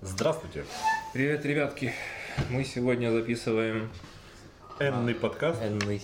Здравствуйте. Привет, ребятки. Мы сегодня записываем Энный подкаст.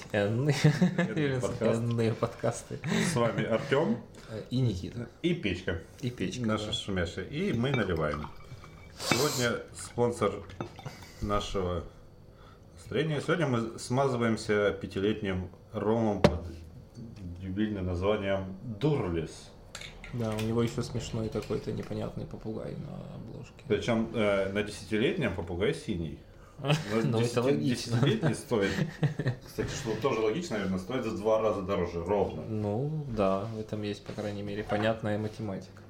Энные подкасты. С вами Артем И Никита. и Печка. И Печка. Наша да. шумящая. И мы наливаем. Сегодня спонсор нашего настроения. Сегодня мы смазываемся пятилетним ромом под юбилейным названием Дурлис. Да, у него еще смешной какой-то непонятный попугай на обложке. Причем на десятилетнем попугай синий. Ну, это логично. Десятилетний стоит, кстати, что тоже логично, наверное, стоит в 2 раза дороже, ровно. Ну, да, в этом есть, по крайней мере, понятная математика.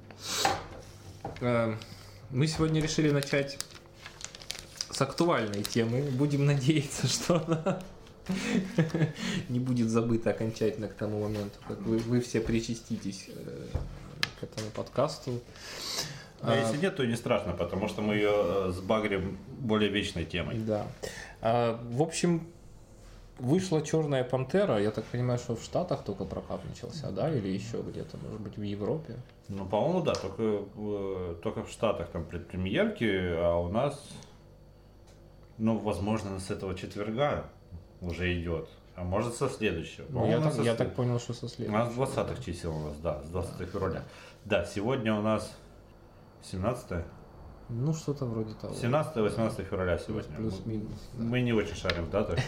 Мы сегодня решили начать с актуальной темы. Будем надеяться, что она не будет забыта окончательно к тому моменту, как вы все причаститесь к этому подкасту. А если нет, то и не страшно, потому что мы ее сбагрим более вечной темой. Да. В общем, вышла «Черная пантера». Я так понимаю, что в Штатах только прокат начался, да? Или еще где-то, может быть, в Европе? Ну, по-моему, да, только в Штатах там предпремьерки, а у нас, ну, возможно, с этого четверга уже идет. А может, со следующего. Ну, я так понял, что со следующего. У нас 20-х чисел у нас, да, с 20 февраля. Да, сегодня у нас 17-е. Ну, что-то вроде того. 17-18 февраля сегодня. Плюс-минус. Да. Мы не очень шарим в датах.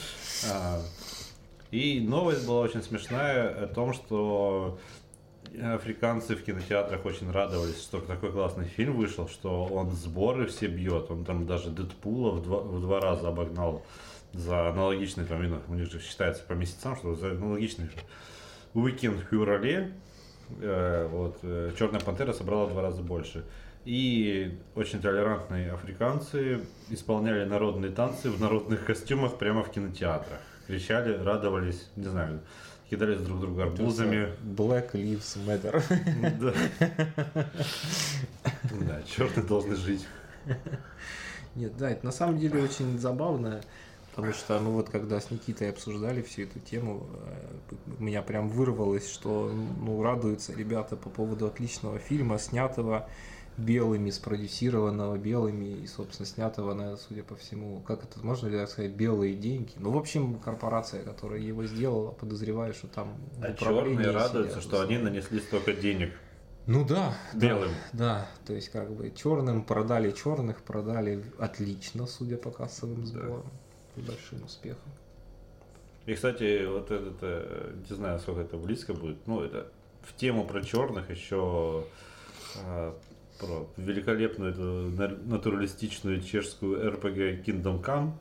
И новость была очень смешная о том, что африканцы в кинотеатрах очень радовались, что такой классный фильм вышел, что он сборы все бьет. Он там даже Дэдпула в два раза обогнал за аналогичный, там, у них же считается по месяцам, что за аналогичный уикенд в феврале «Черная пантера» собрала в 2 раза больше. И очень толерантные африканцы исполняли народные танцы в народных костюмах прямо в кинотеатрах. Кричали, радовались, не знаю, кидались друг друга арбузами. Black Lives Matter. Да, черные должны жить. Нет, да, это на самом деле очень забавно. Потому что, ну вот, когда с Никитой обсуждали всю эту тему, у меня прям вырвалось, что, ну, радуются ребята по поводу отличного фильма, снятого белыми, спродюсированного белыми и, собственно, снятого на, судя по всему, как это, можно ли так сказать, белые деньги. Ну, в общем, корпорация, которая его сделала, подозреваю, что там в управлении черные радуются, что они нанесли столько денег. Ну да, белым. Да, то есть как бы черным продали черных, продали отлично, судя по кассовым сборам. И большим успехом. И, кстати, вот это, не знаю, насколько это близко будет, ну, это в тему про черных еще про великолепную эту натуралистичную чешскую RPG Kingdom Come.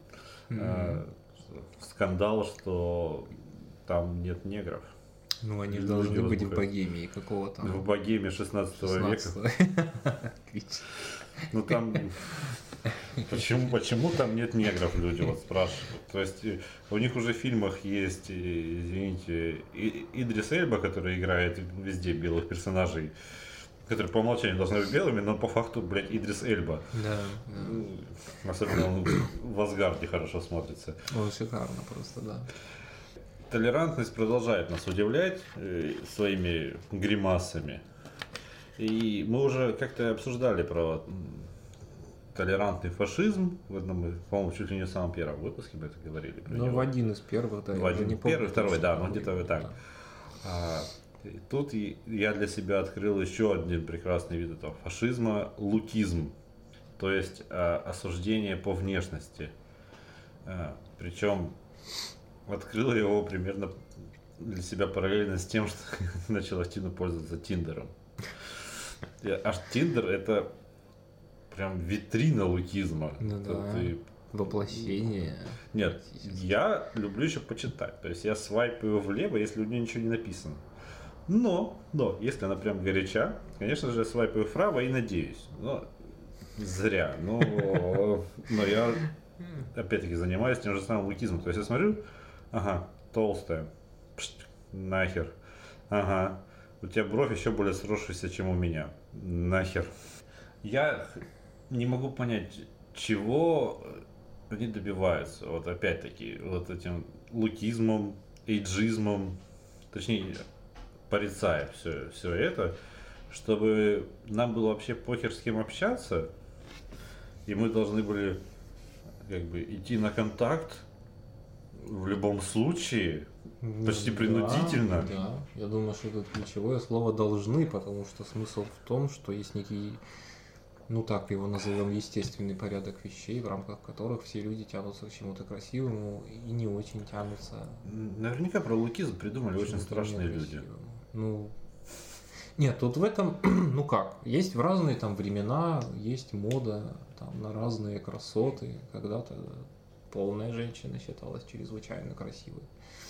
Скандал, что там нет негров. Ну, они должны быть в Богемии какого-то. В Богемии 16 века. Отлично. Ну, там... Почему там нет негров, люди вот спрашивают. То есть у них уже в фильмах есть, извините, Идрис Эльба, который играет везде белых персонажей, которые по умолчанию должны быть белыми, но по факту, блядь, Идрис Эльба. Да. Особенно он в Асгарде хорошо смотрится. Он шикарно просто, да. Толерантность продолжает нас удивлять своими гримасами. И мы уже как-то обсуждали про толерантный фашизм. Мы, по-моему, чуть ли не в самом первом выпуске мы это говорили. Ну, в один из первых, да. В один, первый, второй, да, но где-то так. Да. Тут я для себя открыл еще один прекрасный вид этого фашизма – лукизм. То есть осуждение по внешности. Причем открыл его примерно для себя параллельно с тем, что начал активно пользоваться Тиндером. Аж Тиндер – это прям витрина лукизма. Ну да, воплощение. Нет, я люблю еще почитать. То есть я свайпаю влево, если у нее ничего не написано. Но, если она прям горяча, конечно же, я свайпаю вправо и надеюсь. Но зря. Но я опять-таки занимаюсь тем же самым лукизмом. То есть я смотрю, ага, толстая, нахер. Ага, у тебя бровь еще более сросшаяся, чем у меня. Нахер. Я не могу понять, чего они добиваются. Вот опять-таки, вот этим лукизмом, эйджизмом, точнее, порицая все это, чтобы нам было вообще похер с кем общаться, и мы должны были как бы идти на контакт в любом случае, почти принудительно. Да, я думаю, что это ключевое слово «должны», потому что смысл в том, что есть некий, ну так его назовем, естественный порядок вещей, в рамках которых все люди тянутся к чему-то красивому и не очень тянутся. Наверняка про лукизм придумали очень страшные люди. Ну, нет, тут в этом, ну как, есть в разные там времена, есть мода там, на разные красоты. Когда-то полная женщина считалась чрезвычайно красивой.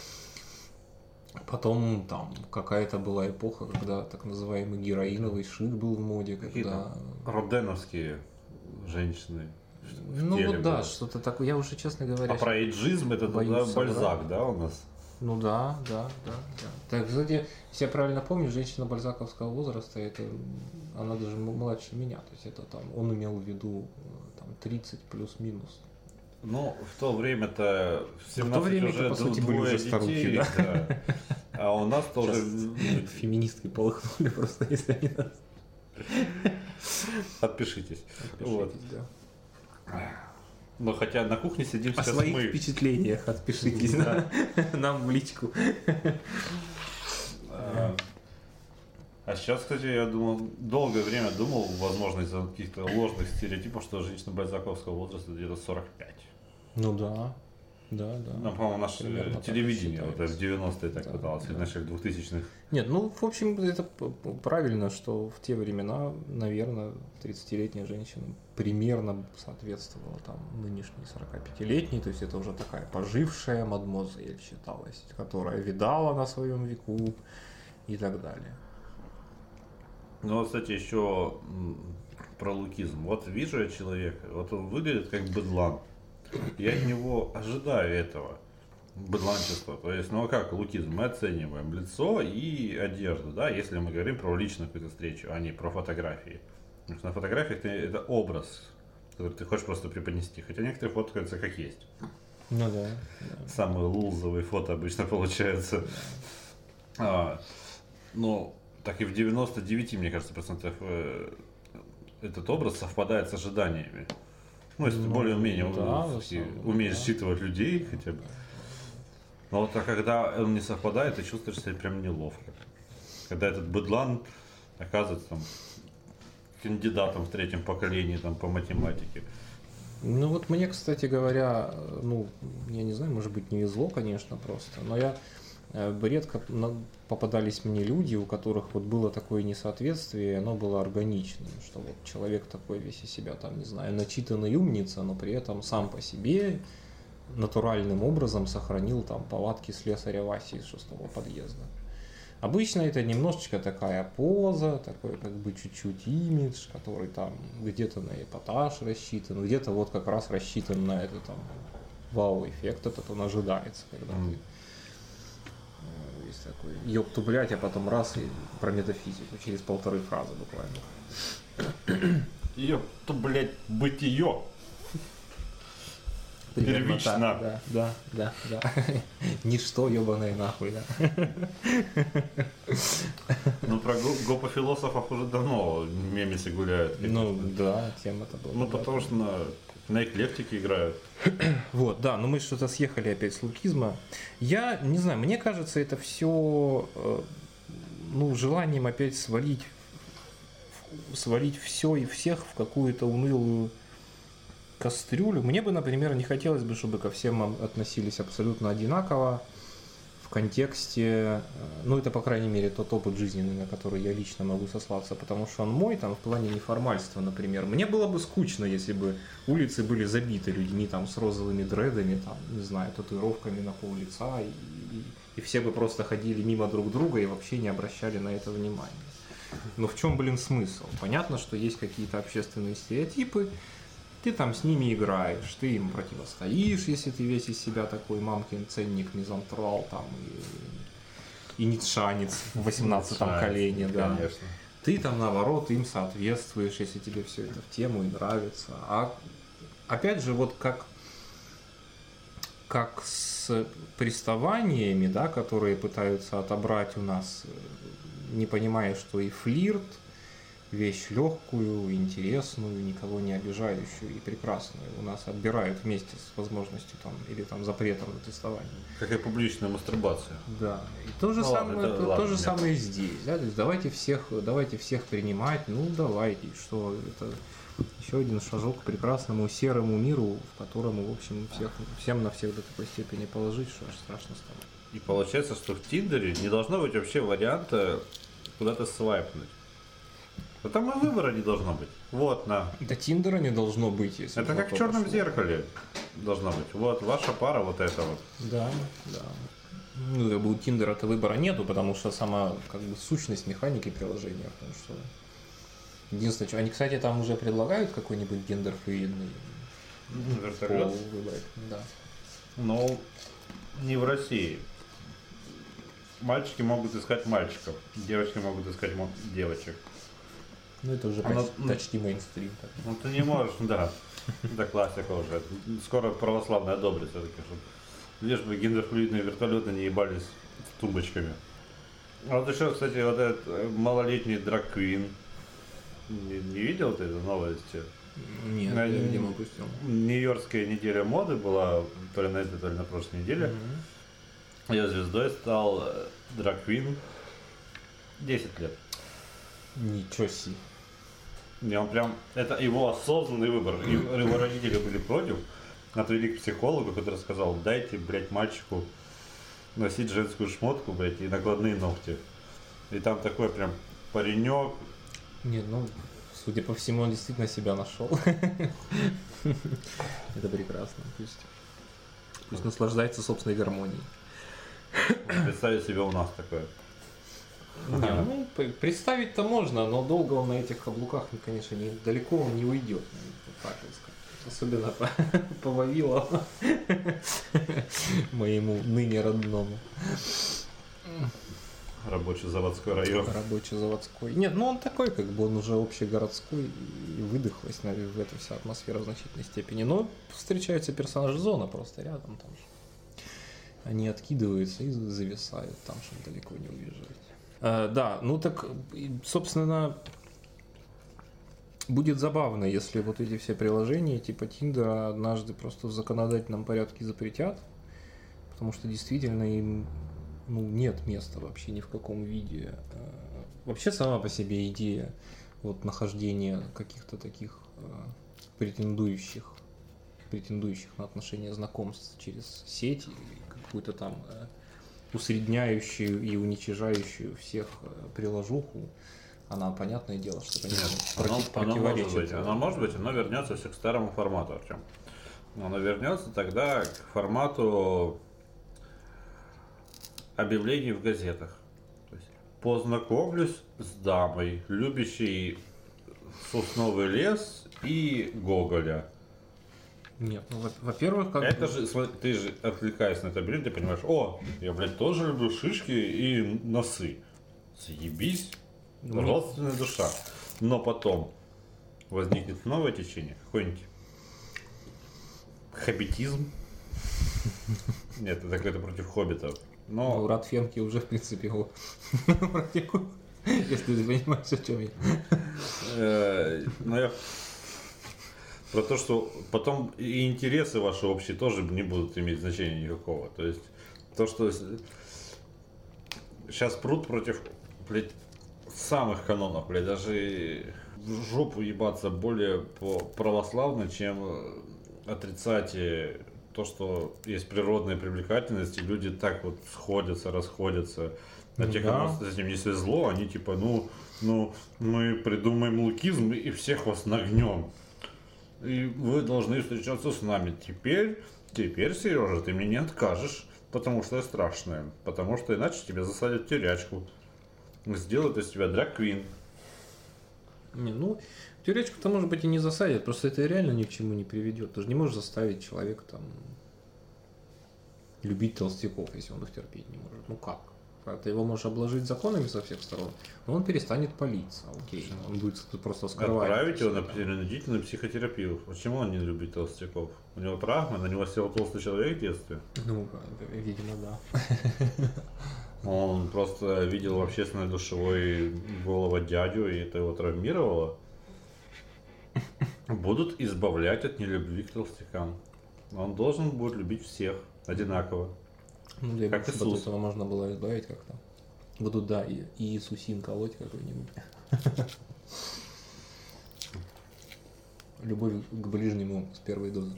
Потом там какая-то была эпоха, когда так называемый героиновый шик был в моде, когда... Роденовские женщины. Ну вот да, что-то такое. Я уже, честно говоря... А про эйджизм это тогда Бальзак, да, у нас? Ну да. Так, кстати, если я правильно помню, женщина бальзаковского возраста, это она даже младше меня. То есть это там, он имел в виду там 30 плюс-минус. Ну, в то время-то в 17 время уже по сути были уже старухи, да? Да. А у нас тоже... Феминистки полыхнули просто, если они нас... Отпишитесь. Вот. Да. Но хотя на кухне сидим сейчас мы. О своих мы. Впечатлениях отпишитесь, да. Нам в личку. А сейчас, кстати, я думал, долгое время думал, возможно, из-за каких-то ложных стереотипов, что женщина бальзаковского возраста где-то 45. Ну да. Ну, по-моему, наше телевидение вот, в 90-е так пыталось, в начале 2000-х. Нет, ну, в общем, это правильно, что в те времена, наверное, 30-летняя женщина примерно соответствовала там нынешней 45-летней, то есть это уже такая пожившая мадемуазель считалась, которая видала на своем веку и так далее. Ну, вот, кстати, еще про лукизм. Вот вижу я человека, вот он выглядит как быдлан. Я от него ожидаю этого быдланчества. То есть, ну а как лукизм? Мы оцениваем лицо и одежду, да, если мы говорим про личную какую-то встречу, а не про фотографии. Потому что на фотографиях это образ, который ты хочешь просто преподнести. Хотя некоторые фоткаются как есть. Ну да. Самые лулзовые фото обычно получаются. Но так и в 99, мне кажется, процентов этот образ совпадает с ожиданиями. Ну, если ты более-менее умеешь считывать людей хотя бы. Но вот а когда он не совпадает, ты чувствуешь себя прям неловко. Когда этот быдлан оказывается там кандидатом в третьем поколении там, по математике. Ну вот мне, кстати говоря, ну, я не знаю, может быть, не везло, конечно, просто, но я редко попадались мне люди, у которых вот было такое несоответствие, и оно было органичным, что вот человек такой весь из себя, там, не знаю, начитанный умница, но при этом сам по себе натуральным образом сохранил там повадки слесаря Васи из 6-го подъезда. Обычно это немножечко такая поза, такой как бы чуть-чуть имидж, который там где-то на эпатаж рассчитан, где-то вот как раз рассчитан на это там вау-эффект, этот он ожидается, когда ты есть такой ёпту, блядь, а потом раз и про метафизику через 1,5 фразы буквально. Ёпту, блядь, бытие. Первично. Да. Ничто, ёбаное нахуй, да. Ну, про гопофилософов уже давно мемесы гуляют. Ну, да, тема-то была. Ну, потому что на эклектике играют. Вот, да, но мы что-то съехали опять с лукизма. Я не знаю, мне кажется, это все, ну, желанием опять свалить все и всех в какую-то унылую кастрюлю. Мне бы, например, не хотелось бы, чтобы ко всем относились абсолютно одинаково в контексте, ну, это, по крайней мере, тот опыт жизненный, на который я лично могу сослаться, потому что он мой, там, в плане неформальства, например. Мне было бы скучно, если бы улицы были забиты людьми, там, с розовыми дредами, там, не знаю, татуировками на пол лица, и все бы просто ходили мимо друг друга и вообще не обращали на это внимания. Но в чем, блин, смысл? Понятно, что есть какие-то общественные стереотипы, ты там с ними играешь, ты им противостоишь, если ты весь из себя такой мамкин ценник, мизантрал там и ницшанец в 18-м колене, да. Конечно. Ты там наоборот им соответствуешь, если тебе все это в тему и нравится. А опять же, вот как с приставаниями, да, которые пытаются отобрать у нас, не понимая, что и флирт, вещь легкую, интересную, никого не обижающую и прекрасную. У нас отбирают вместе с возможностью там или там запретом на тестование. Как и публичная мастурбация. Да. И то же самое, ладно, то же нет. самое здесь. Да? То есть давайте всех принимать. Ну давайте. Что это еще один шажок к прекрасному серому миру, в котором, в общем, всем на всех до такой степени положить, что аж страшно стало. И получается, что в Тиндере не должно быть вообще варианта куда-то свайпнуть. А там и выбора не должно быть. Вот, на. Да Тиндера не должно быть, если Это как в черном зеркале должно быть. Вот ваша пара, вот это вот. Да, да. Ну, как бы у Тиндера-то выбора нету, потому что сама как бы сущность механики приложения. Потому что единственное, что они, кстати, там уже предлагают какой-нибудь гендер-фluидный Вертолет. пол выбрать. Да. Но не в России. Мальчики могут искать мальчиков, девочки могут искать девочек. Ну это уже почти мейнстрим. Ну ты не можешь, да. Это классика уже. Скоро православные одобрят все-таки, чтобы лишь бы гендерфлюидные вертолеты не ебались с тумбочками. А вот еще, кстати, вот этот малолетний драг-квин. Не видел ты эту новость? Нет, я, видимо, пустил. Нью-Йоркская неделя моды была, то ли на этой, то ли на прошлой неделе. Ее звездой стал драг-квин 10 лет. Ничего себе. Не, он прям, это его осознанный выбор. Его родители были против, отвели к психологу, который сказал, дайте, блядь, мальчику носить женскую шмотку, блядь, и накладные ногти. И там такой прям паренек. Нет, ну, судя по всему, он действительно себя нашел. Это прекрасно. Пусть наслаждается собственной гармонией. Представить себе у нас такое. Не, ну, представить-то можно, но долго он на этих каблуках, конечно, далеко он не уйдет. Так сказать. Особенно по Вавилову, моему ныне родному. Рабочий-заводской район. Рабочий-заводской. Нет, ну он такой, как бы он уже общегородской и выдохлась, наверное, в эта вся атмосфера в значительной степени. Но встречаются персонажи зона просто рядом там же. Они откидываются и зависают там, чтобы далеко не уезжать. Да, ну так, собственно, будет забавно, если вот эти все приложения типа Тиндера однажды просто в законодательном порядке запретят, потому что действительно им нет места вообще ни в каком виде. Вообще сама по себе идея вот нахождения каких-то таких претендующих на отношения знакомств через сеть, какую-то там усредняющую и уничижающую всех приложуху, она, понятное дело, что, конечно, противоречит. Оно может быть, оно вернется все к старому формату, Артем. Оно вернется тогда к формату объявлений в газетах. То есть, познакомлюсь с дамой, любящей сосновый лес и Гоголя. Нет, ну, во-первых, как это же, ты же, отвлекаясь на это бред, ты понимаешь, я, блядь, тоже люблю шишки и носы. Заебись, родственная душа. Но потом возникнет новое течение, какой-нибудь хоббитизм. Нет, это какое-то против хоббитов. Но Рад Фенки уже, в принципе, его практикует, если ты понимаешь, о чем я. Но я про то, что потом и интересы ваши общие тоже не будут иметь значения никакого. То есть то, что сейчас прут против, блядь, самых канонов, блядь, даже в жопу ебаться более православно, чем отрицать то, что есть природная привлекательность, и люди так вот сходятся, расходятся. А те, кому с этим не свезло, они типа, мы придумаем лукизм и всех вас нагнем. И вы должны встречаться с нами. Теперь, Сережа, ты мне не откажешь, потому что я страшная. Потому что иначе тебя засадят в тюрячку. Сделают из тебя драг-квин. Не, тюрячку-то, может быть, и не засадят, просто это реально ни к чему не приведет. Ты же не можешь заставить человека там любить толстяков, если он их терпеть не может. Ну как? Ты его можешь обложить законами со всех сторон, но он перестанет палиться. Окей, он будет просто скрывать. Отправить его на принудительную психотерапию. Почему он не любит толстяков? У него травма, на него сел толстый человек в детстве. Ну, видимо, да. Он просто видел в общественной душевой голого дядю, и это его травмировало. Будут избавлять от нелюбви к толстякам. Он должен будет любить всех одинаково. Ну, для Как того, чтобы от Иисус. этого можно было избавить как-то. Будут, да, и Иисусин колоть какой-нибудь. Любовь к ближнему с первой дозы.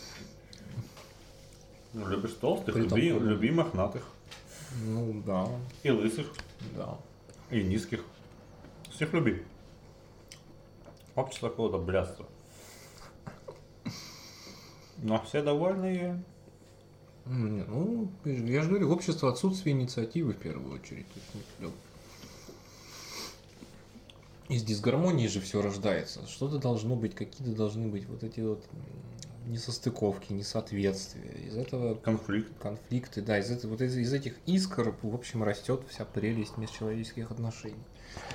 Ну, любишь толстых, При том, люби мохнатых. Ну, да, И лысых, да. и низких. Всех люби. Общество какого-то блядства. Но все довольные. Не, ну, я же говорю, общество отсутствие инициативы в первую очередь. То есть, ну, из дисгармонии же все рождается. Что-то должно быть, какие-то должны быть вот эти вот несостыковки, несоответствия. Из этого конфликты, да, из этих искр, в общем, растет вся прелесть межчеловеческих отношений.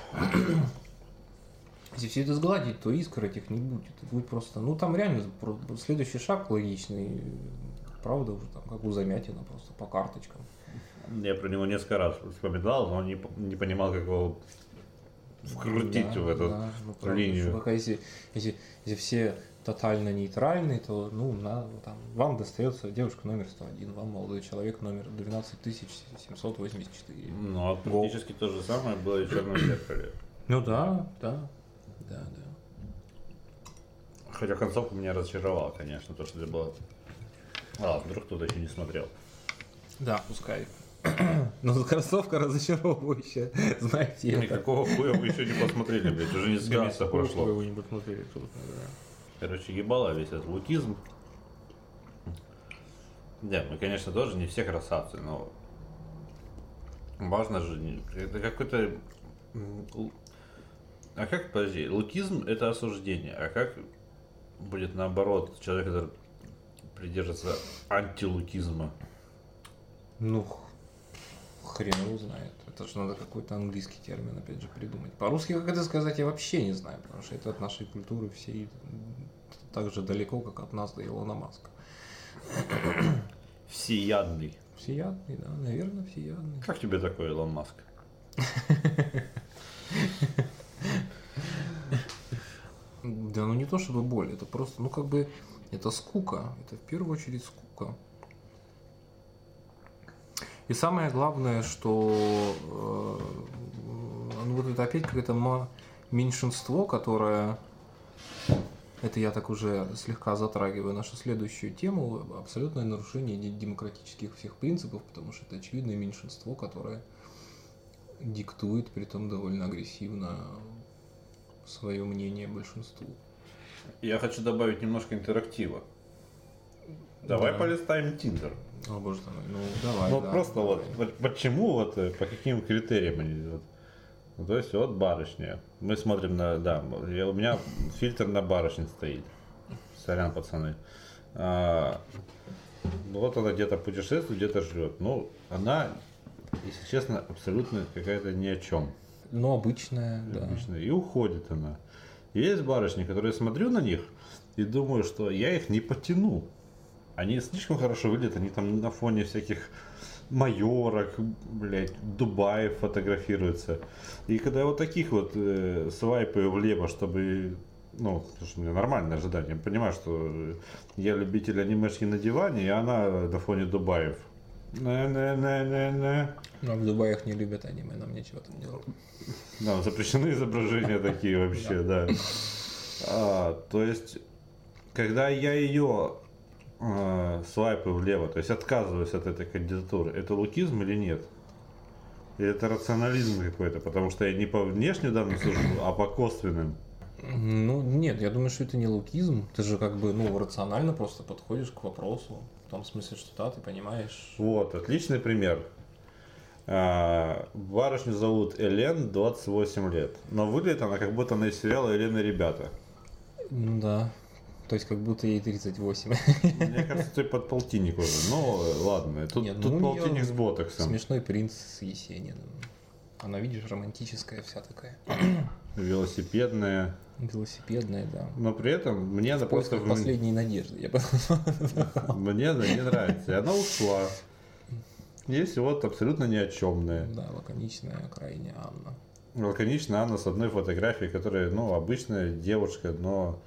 Если все это сгладить, то искр этих не будет. Это будет просто, ну там реально следующий шаг логичный, правда, уже там, как у Замятина, просто по карточкам. Я про него несколько раз вспоминал, но не понимал, как его вкрутить в эту линию. Пока если все тотально нейтральны, то ну, там, вам достается девушка номер 101, вам молодой человек номер 12784. Ну, а практически то же самое было и в «Черном зеркале». Ну да. Хотя концовка меня разочаровала, конечно, то, что это было. Вдруг кто-то еще не смотрел. Да, пускай. Но концовка разочаровывающая, знаете. И какого хуя вы еще не посмотрели, блядь, уже несколько месяцев прошло. Вы не посмотрели, собственно говоря. Короче, ебало весь этот лукизм. Да, мы, конечно, тоже не все красавцы, но важно же, это какой-то... А как, подожди, лукизм это осуждение, а как будет наоборот человек, который придерживается антилукизма? Ну, хрен его знает. Это же надо какой-то английский термин, опять же, придумать. По-русски, как это сказать, я вообще не знаю, потому что это от нашей культуры всей так же далеко, как от нас до Илона Маска. Всеядный. Всеядный, да, наверное, всеядный. Как тебе такой Илон Маск? Да, ну не то чтобы боль, это просто, ну как бы, это скука, это в первую очередь скука. И самое главное, что ну вот это опять какое-то меньшинство, которое, это я так уже слегка затрагиваю нашу следующую тему, абсолютное нарушение демократических всех принципов, потому что это очевидное меньшинство, которое диктует, притом довольно агрессивно, свое мнение большинству. Я хочу добавить немножко интерактива. Давай полистаем Тиндер. О боже мой, ну давай. Ну да, просто давай. вот почему, вот по каким критериям они вот. Ну, то есть вот барышня. Мы смотрим на, да, у меня фильтр на барышне стоит. Сорян, пацаны. Вот она где-то путешествует, где-то живет. Ну, она, если честно, абсолютно какая-то ни о чем. Ну, обычная, да. Обычная. И уходит она. И есть барышни, которые смотрю на них и думаю, что я их не потяну. Они слишком хорошо выглядят, они там на фоне всяких майорок, блядь, Дубаев фотографируются. И когда я вот таких вот свайпаю влево, чтобы, ну, потому что у меня нормальное ожидание, я понимаю, что я любитель анимешки на диване, и она на фоне Дубаев. Но в Дубаях не любят аниме, нам нечего там делать. Да, запрещены изображения такие вообще, да. То есть, когда я ее свайпаю влево, то есть отказываюсь от этой кандидатуры, это лукизм или нет? Или это рационализм какой-то, потому что я не по внешним данным сужу, а по косвенным? Ну, нет, я думаю, что это не лукизм. Ты же как бы, ну, рационально просто подходишь к вопросу. В том смысле, что да, ты понимаешь. Вот, отличный пример. Барышню зовут Элен, 28 лет. Но выглядит она, как будто она из сериала «Элен и ребята». Ну да. То есть как будто ей 38. Мне кажется, ты под полтинник уже. Ну ладно, тут, Нет, тут ну, полтинник с ботоксом. Смешной принц с Есениным. Она, видишь, романтическая вся такая. Велосипедная. Велосипедная, да. Но при этом мне она просто... Последней надежды. Мне она не нравится. И она ушла. Есть вот абсолютно ни о чемные. Да, лаконичная крайне Анна. Лаконично Анна с одной фотографией, которая, ну, обычная девушка, но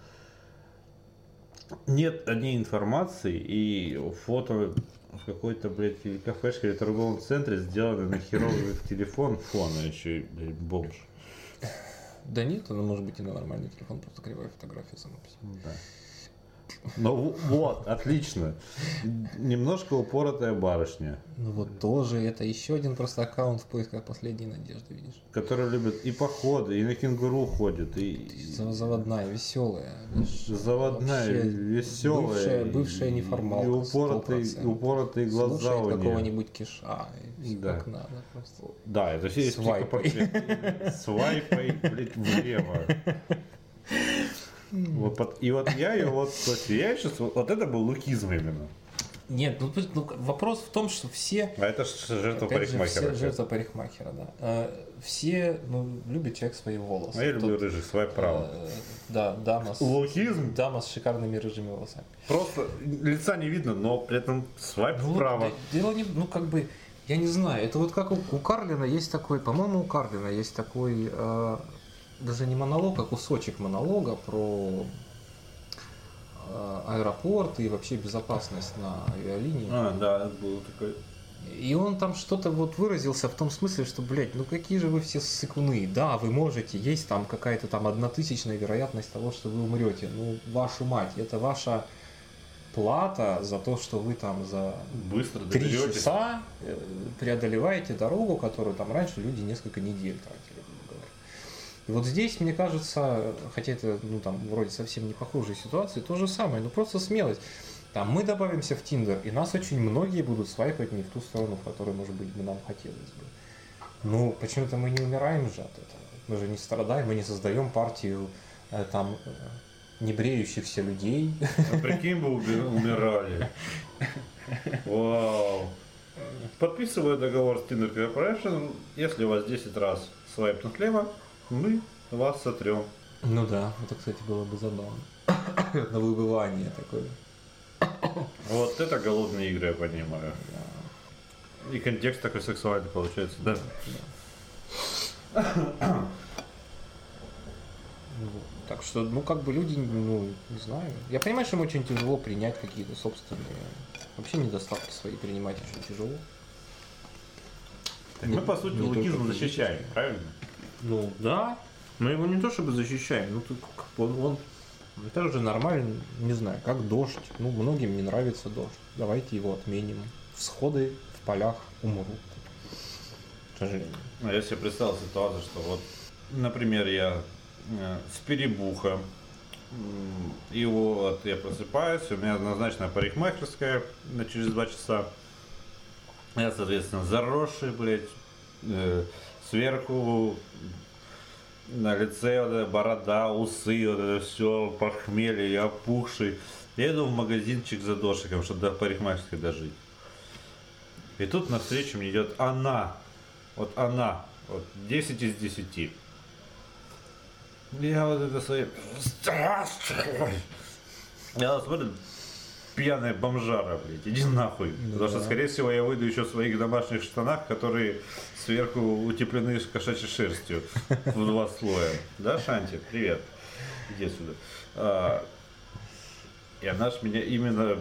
нет о ней информации, и фото в какой-то, блядь, кафешке или торговом центре сделано на херовый телефон фона, еще и, блядь, бомж. Да нет, она может быть и на нормальный телефон, просто кривая фотография сама по себе. Да. Ну вот, отлично. Немножко упоротая барышня. Ну вот тоже, это еще один просто аккаунт в поисках последней надежды, видишь. Которая любит и походы, и на кенгуру ходит, и... Заводная, веселая. Заводная, веселая. Бывшая неформалка. И упоротые глаза слушает у нее. какого-нибудь киша. И все Да. как надо просто. Да, это все есть Свайпой. Свайпой, блядь, влево. И вот я ее вот, я сейчас, вот это был лукизм именно. Нет, ну вопрос в том, что все... А это жертва опять же, парикмахера. все жертва парикмахера, да. Все, любит человек свои волосы. А я люблю рыжих, свайп право. Да, дама Лукизм? дама с шикарными рыжими волосами. Просто лица не видно, но при этом свайп вправо. Дело не... я не знаю, это вот как у Карлина есть такой, по-моему, у Карлина есть такой... даже не монолог, а кусочек монолога про аэропорт и вообще безопасность на авиалинии. Да, был такой. И он там что-то вот выразился в том смысле, что, блядь, ну какие же вы все ссыкуны. Да, вы можете, есть там какая-то там 1/1000 вероятность того, что вы умрете. Ну, вашу мать, это ваша плата за то, что вы там за быстро 3 часа преодолеваете дорогу, которую там раньше люди несколько недель тратили. И вот здесь, мне кажется, хотя это, там, вроде совсем не похожие ситуации, то же самое, просто смелость. Там мы добавимся в Тиндер, и нас очень многие будут свайпать не в ту сторону, в которой, может быть, бы нам хотелось бы. Ну, почему-то мы не умираем же от этого. Мы же не страдаем, мы не создаем партию там небреющихся людей. А прикинь бы умирали. Вау. Подписываю договор с Tinder Corporation. Если у вас 10 раз свайпнут лево, мы вас сотрем. Ну да, это, кстати, было бы забавно. На выбывание такое. Вот это голодные игры, я понимаю. Да. И контекст такой сексуальный получается, да? Да. Так что, люди, не знаю. Я понимаю, что им очень тяжело принять какие-то собственные... Вообще недостатки свои принимать очень тяжело. Так мы, по сути, лукизм защищаем, правильно? Ну, да. Мы его не то чтобы защищаем, он это же нормально, не знаю, как дождь. Многим не нравится дождь. Давайте его отменим. Всходы в полях умрут. К сожалению. Я себе представил ситуацию, что вот, например, я с перебуха, и вот я просыпаюсь, у меня назначена парикмахерская через 2 часа. Я, соответственно, заросший, блядь, сверху на лице вот эта борода, усы, вот это все, похмелье, я опухший. Я иду в магазинчик за дошиком, чтобы до парикмахерской дожить. И тут навстречу мне идет она, вот 10 из 10. Я вот это свои... Я вот смотрю, пьяная бомжара, блядь, иди нахуй. Да. Потому что, скорее всего, я выйду еще в своих домашних штанах, которые сверху утеплены кошачьей шерстью в 2 слоя. Да, Шанти? Привет. Иди сюда. И она ж меня именно...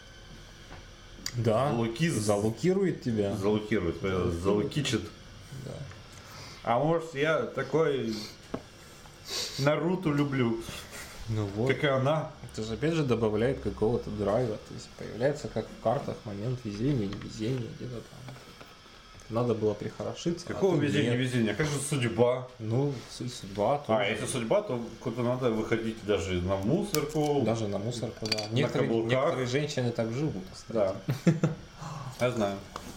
Да, залукирует тебя. Залукичит. Да. А может, я такой Наруто люблю. Вот. Как и она. Это же опять же добавляет какого-то драйва. То есть появляется как в картах момент везения, невезения, где-то там. Надо было прихорошиться. Какого везения? Как же судьба? Судьба. Тоже. Если судьба, то куда надо выходить даже на мусорку. Даже на мусорку, да. Некоторые женщины так живут, кстати. Да. Я знаю.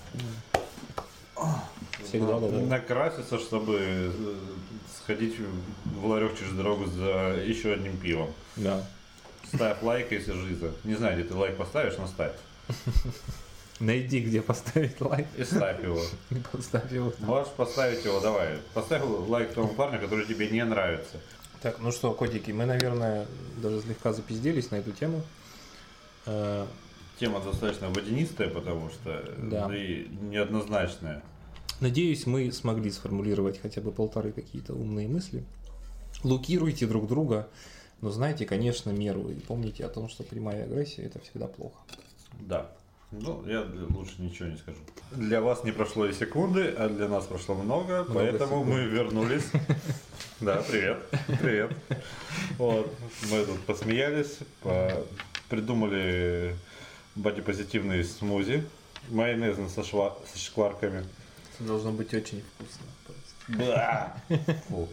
Всегда накраситься, чтобы сходить в ларек через дорогу за еще одним пивом. Да. Ставь лайк, если жиза. Не знаю, где ты лайк поставишь, но ставь. Найди, где поставить лайк. И ставь его. И поставь его. Можешь поставить его, давай. Поставь лайк тому парню, который тебе не нравится. Так, ну что, котики, мы, наверное, даже слегка запизделись на эту тему. тема достаточно водянистая, потому что Да. и неоднозначная. Надеюсь, мы смогли сформулировать хотя бы полторы какие-то умные мысли. Лукируйте друг друга, но знайте, конечно, меру. И помните о том, что прямая агрессия – это всегда плохо. Да. Ну, я лучше ничего не скажу. Для вас не прошло и секунды, а для нас прошло много поэтому секунд. мы вернулись. Да, привет. Привет. Вот. Мы тут посмеялись, придумали бодипозитивные смузи, майонезный со шкварками. Это должно быть очень вкусно. Просто. Бла! Фу.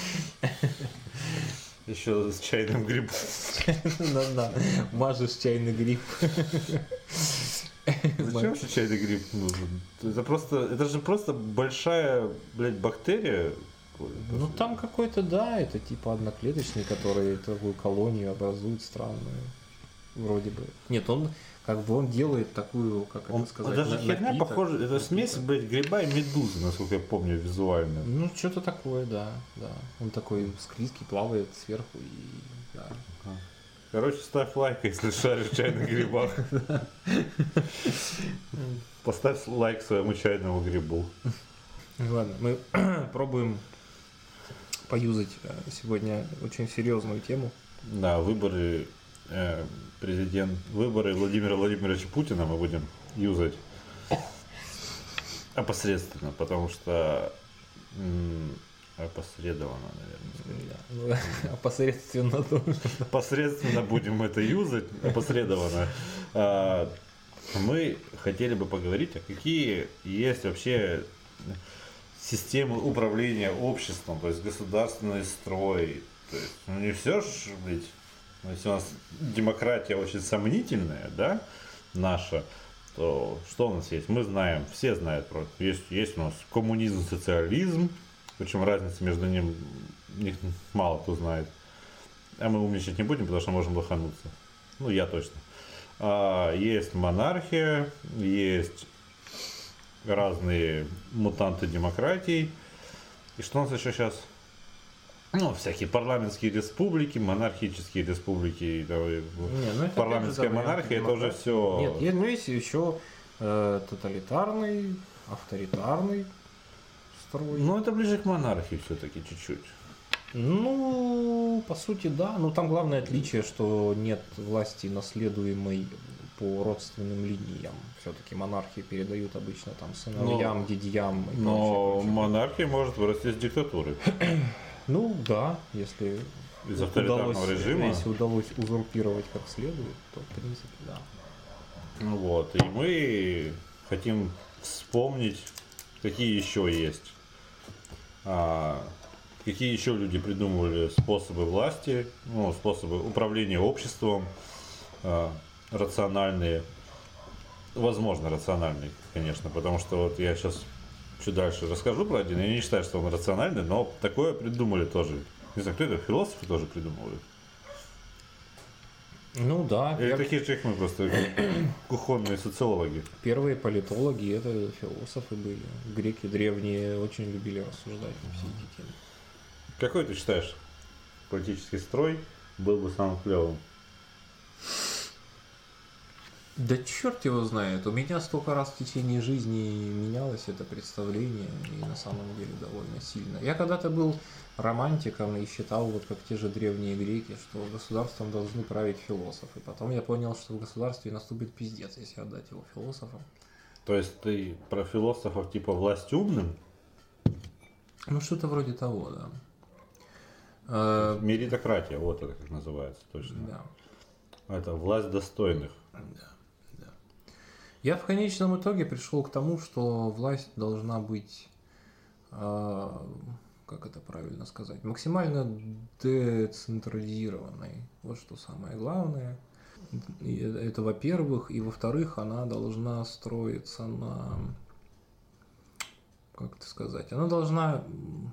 Еще с чайным грибом. Да-да, мажешь чайный гриб. Зачем же чайный гриб нужен? Это же просто большая, блядь, бактерия. Ну там какой-то, да, это типа одноклеточный, который такую колонию образует странную. Вроде бы. Нет, он как бы он делает такую, как это сказать, даже херня напиток. похожа, это смесь, блядь, гриба и медузы, насколько я помню, визуально. Ну, что-то такое, да, да. Он такой склизкий, плавает сверху и да. Короче, ставь лайк, если шаришь в чайных грибах. Поставь лайк своему чайному грибу. Ладно, мы пробуем поюзать сегодня очень серьезную тему. Да, выборы выборы Владимира Владимировича Путина мы будем юзать опосредственно, потому что опосредованно, наверное, скорее. Да, опосредственно тоже. Посредственно будем это юзать, опосредованно. Мы хотели бы поговорить, а какие есть вообще системы управления обществом, то есть государственный строй. То есть, ну не все ж, ведь, если у нас демократия очень сомнительная, да, наша, то что у нас есть? Мы знаем, все знают, есть у нас коммунизм, социализм, причем разница между ним мало кто знает. А мы умничать не будем, потому что можем лохануться. Ну, я точно. Есть монархия, есть разные мутанты демократий. И что у нас еще сейчас? Ну, всякие парламентские республики, монархические республики, парламентская монархия, это уже все. Нет, ну есть еще тоталитарный, авторитарный строй. Ну, это ближе к монархии все-таки чуть-чуть. Ну, по сути, да. Но там главное отличие, что нет власти, наследуемой по родственным линиям. Все-таки монархии передают обычно там сыновьям, дядьям и но прочее. монархия может вырасти из диктатуры. Ну да, если из авторитарного режима. Если удалось узурпировать как следует, то в принципе да. Вот. И мы хотим вспомнить, какие еще есть. Какие еще люди придумывали способы власти, ну, способы управления обществом, рациональные, возможно, рациональные, конечно, потому что вот я сейчас чуть дальше расскажу про один, я не считаю, что он рациональный, но такое придумали тоже. Не знаю, кто это, философы тоже придумывали. Ну да. Или такие же, как мы, просто кухонные социологи. Первые политологи это философы были. Греки древние очень любили рассуждать на все эти темы. Какой ты считаешь политический строй был бы самым клевым? Да черт его знает. У меня столько раз в течение жизни менялось это представление, и на самом деле довольно сильно. Я когда-то был романтиком и считал, вот как те же древние греки, что государством должны править философы. Потом я понял, что в государстве наступит пиздец, если отдать его философам. То есть ты про философов типа власть умным? Ну что-то вроде того, да. Меритократия, вот это как называется, точно. Да. Это власть достойных. Да. Я в конечном итоге пришел к тому, что власть должна быть, как это правильно сказать, максимально децентрализированной. Вот что самое главное. Это во-первых. И во-вторых, она должна строиться на, как это сказать, она должна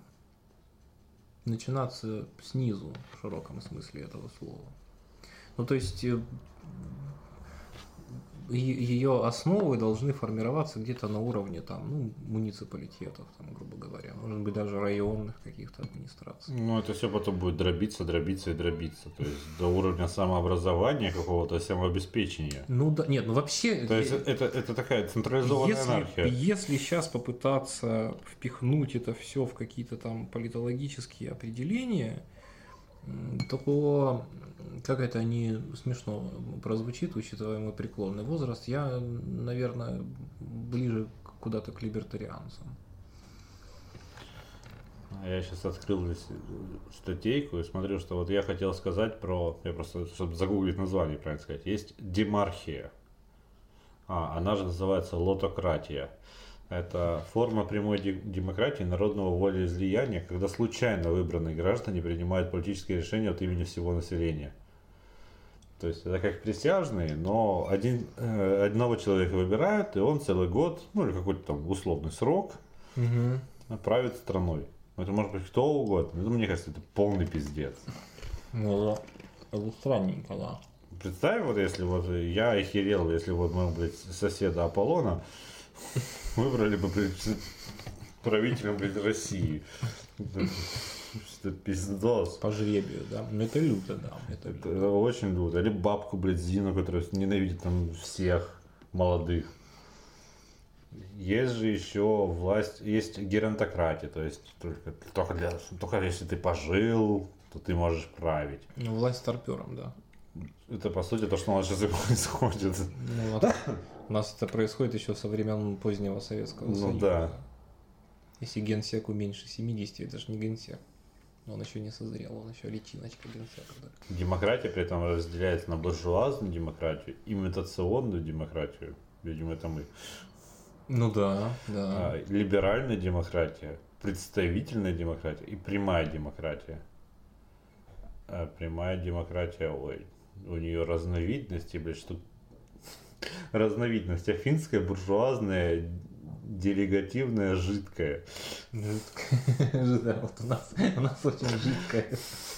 начинаться снизу, в широком смысле этого слова. Ну, то есть ее основы должны формироваться где-то на уровне там, муниципалитетов, там, грубо говоря, может быть, даже районных каких-то администраций. Ну, это все потом будет дробиться и дробиться. То есть до уровня самообразования какого-то, самообеспечения. Ну да, нет, вообще... То есть это такая централизованная анархия. Если сейчас попытаться впихнуть это все в какие-то там политологические определения, то как это не смешно прозвучит, учитывая мой преклонный возраст, я, наверное, ближе куда-то к либертарианцам. Я сейчас открыл здесь статейку и смотрю, что вот я хотел сказать про, я просто, чтобы загуглить название, правильно сказать, есть демархия. Она же называется лотократия. Это форма прямой демократии, народного волеизлияния, когда случайно выбранные граждане принимают политические решения от имени всего населения. То есть это как присяжные, но одного человека выбирают, и он целый год, или какой-то там условный срок правит страной. Это может быть кто угодно. Но мне кажется, это полный пиздец. Ну, это странненько, да. Представь, вот если вот я охерел, если вот мы, блядь, соседа Аполлона выбрали бы, блядь, правителем, блядь, России. Это пиздос. По жребию, да. Ну это люто, да. Это очень люто. Или бабку, блядь, Зину, которая ненавидит там всех молодых. Есть же еще власть, есть геронтократия, то есть только если ты пожил, то ты можешь править. Ну, власть старпером, да. Это по сути то, что у нас сейчас и происходит. Ну, вот, у нас это происходит еще со времен позднего Советского Союза. Ну да. Если генсеку меньше 70, это же не генсек. Он еще не созрел, он еще личиночка генсека. Да. Демократия при этом разделяется на буржуазную демократию, имитационную демократию. Видимо, это мы. Ну да, да. Либеральная демократия, представительная демократия и прямая демократия. Прямая демократия, у нее разновидности, блядь, что разновидность афинская, буржуазная, делегативная, жидкая. Да, вот у нас очень жидкая.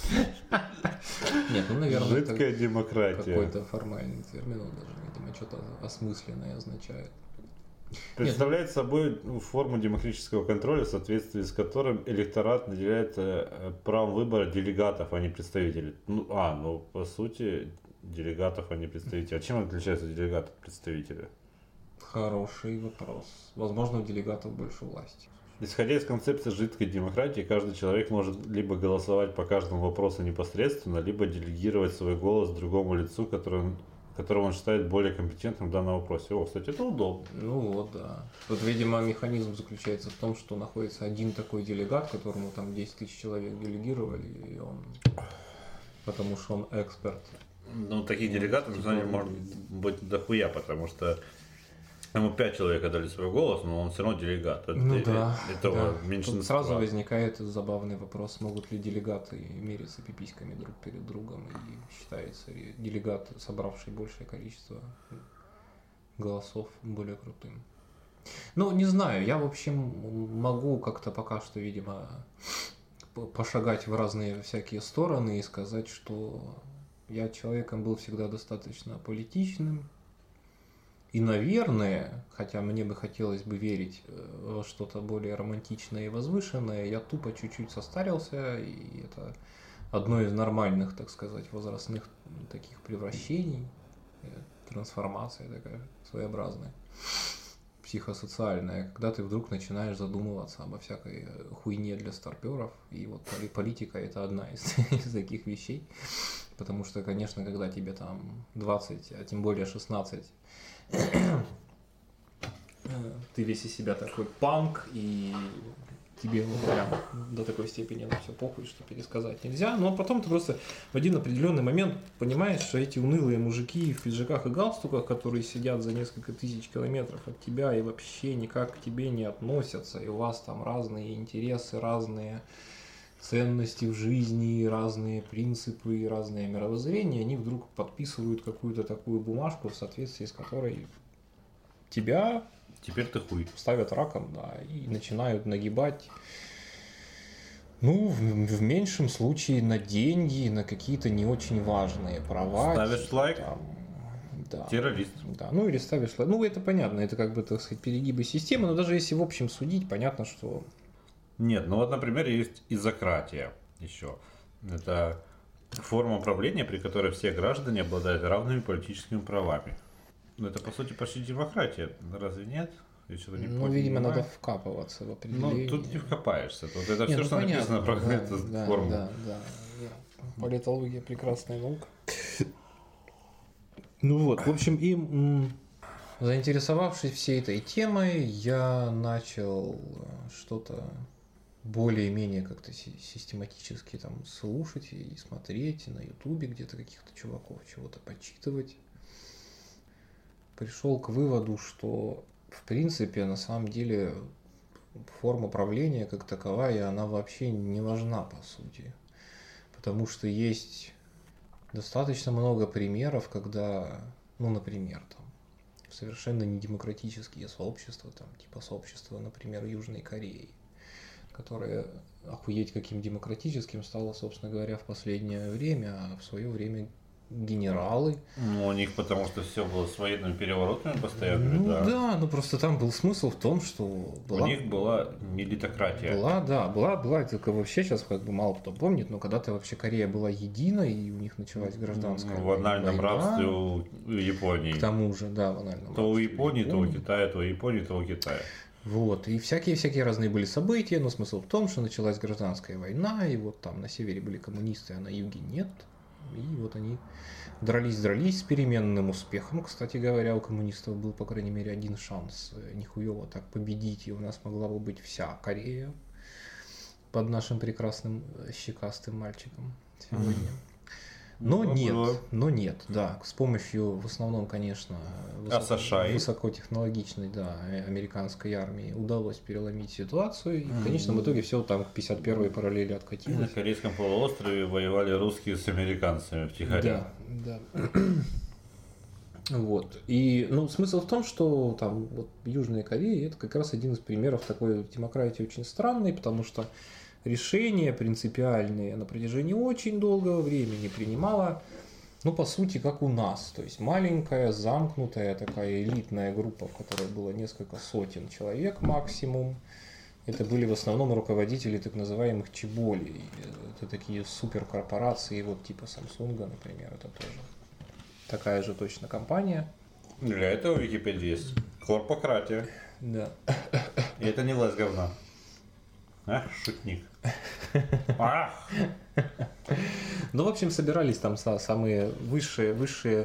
Нет, наверное, жидкая демократия. Какой-то формальный термин, он даже, видимо, что-то осмысленное означает. Представляет собой форму демократического контроля, в соответствии с которым электорат наделяет правом выбора делегатов, а не представителей. По сути, делегатов, а не представителей. А чем отличается делегат от представителя? Хороший вопрос. Возможно, у делегатов больше власти. Исходя из концепции жидкой демократии, каждый человек может либо голосовать по каждому вопросу непосредственно, либо делегировать свой голос другому лицу, которого он считает более компетентным в данном вопросе. Кстати, это удобно. Ну вот, да. Тут, видимо, механизм заключается в том, что находится один такой делегат, которому там 10 тысяч человек делегировали, и он... Потому что он эксперт. Ну, таких делегатов, может быть дохуя, потому что ему 5 человек отдали свой голос, но он все равно делегат. Да. меньшинства. Тут сразу возникает забавный вопрос, могут ли делегаты мериться пиписьками друг перед другом, и считается ли делегат, собравший большее количество голосов, более крутым. Ну, не знаю, я, в общем, могу как-то пока что, видимо, пошагать в разные всякие стороны и сказать, что я человеком был всегда достаточно политичным. И, наверное, хотя мне бы хотелось бы верить во что-то более романтичное и возвышенное, я тупо чуть-чуть состарился, и это одно из нормальных, так сказать, возрастных таких превращений, трансформация такая своеобразная, психосоциальная, когда ты вдруг начинаешь задумываться обо всякой хуйне для старперов, и вот политика это одна из таких вещей, потому что, конечно, когда тебе там 20, а тем более 16, ты весь из себя такой панк, и тебе прям до такой степени на все похуй, что пересказать нельзя. Но потом ты просто в один определенный момент понимаешь, что эти унылые мужики в пиджаках и галстуках, которые сидят за несколько тысяч километров от тебя и вообще никак к тебе не относятся, и у вас там разные интересы, разные ценности в жизни, разные принципы, разные мировоззрения, они вдруг подписывают какую-то такую бумажку, в соответствии с которой тебя теперь ты хуй ставят раком, да, и начинают нагибать, ну, в меньшем случае на деньги, на какие-то не очень важные права. Ставишь лайк? Там, Да. Террорист. Да, ну или ставишь... Ну, это понятно, это как бы, так сказать, перегибы системы, но даже если в общем судить, понятно, что... Нет, ну вот, например, есть изократия еще. Это форма управления, при которой все граждане обладают равными политическими правами. Ну, это, по сути, почти демократия, разве нет? Я что-то не Ну, видимо, понимаю. надо вкапываться в определение. Ну, тут не вкопаешься. Вот это Не, все, ну, что понятно, написано про да, эту да, форму. Да. Политология прекрасная наука. Ну вот, в общем, заинтересовавшись всей этой темой, я начал что-то более-менее как-то систематически там слушать и смотреть на ютубе где-то каких-то чуваков, чего-то почитывать. Пришел к выводу, что в принципе на самом деле форма правления как таковая, она вообще не важна по сути. Потому что есть достаточно много примеров, когда, ну, например, там, совершенно недемократические сообщества, там, типа сообщества, например, Южной Кореи, которое охуеть каким демократическим стало, собственно говоря, в последнее время, а в свое время генералы. Ну, у них потому что все было с военными переворотами постоянными, Ну да. да, ну просто там был смысл в том, что У них была милитократия. Была, только вообще сейчас как бы мало кто помнит, но когда-то вообще Корея была едина, и у них началась гражданская В анальном война. рабстве у Японии. К тому же, да, в анальном То у рабстве Японии, то у Китая, то у Японии, то у Китая. Вот, и всякие разные были события, но смысл в том, что началась гражданская война, и вот там на севере были коммунисты, а на юге нет. И вот они дрались с переменным успехом. Кстати говоря, у коммунистов был, по крайней мере, один шанс нихуево так победить, и у нас могла бы быть вся Корея под нашим прекрасным щекастым мальчиком сегодня. Но нет, да, с помощью, в основном, конечно, высокотехнологичной, да, американской армии удалось переломить ситуацию, и в конечном итоге все там к 51-й параллели откатилось. На Корейском полуострове воевали русские с американцами втихаря. Да. Вот. И, ну, смысл в том, что там вот Южная Корея это как раз один из примеров такой демократии очень странной, потому что решения принципиальные на протяжении очень долгого времени принимала, ну, по сути, как у нас. То есть маленькая, замкнутая такая элитная группа, в которой было несколько сотен человек максимум. Это были в основном руководители так называемых чеболей. Это такие суперкорпорации, вот типа Samsung, например, это тоже такая же точно компания. Для этого в Википедии есть корпократия. Да. И это не власть говна. Ах, шутник. Ах! Ну, в общем, собирались там самые высшие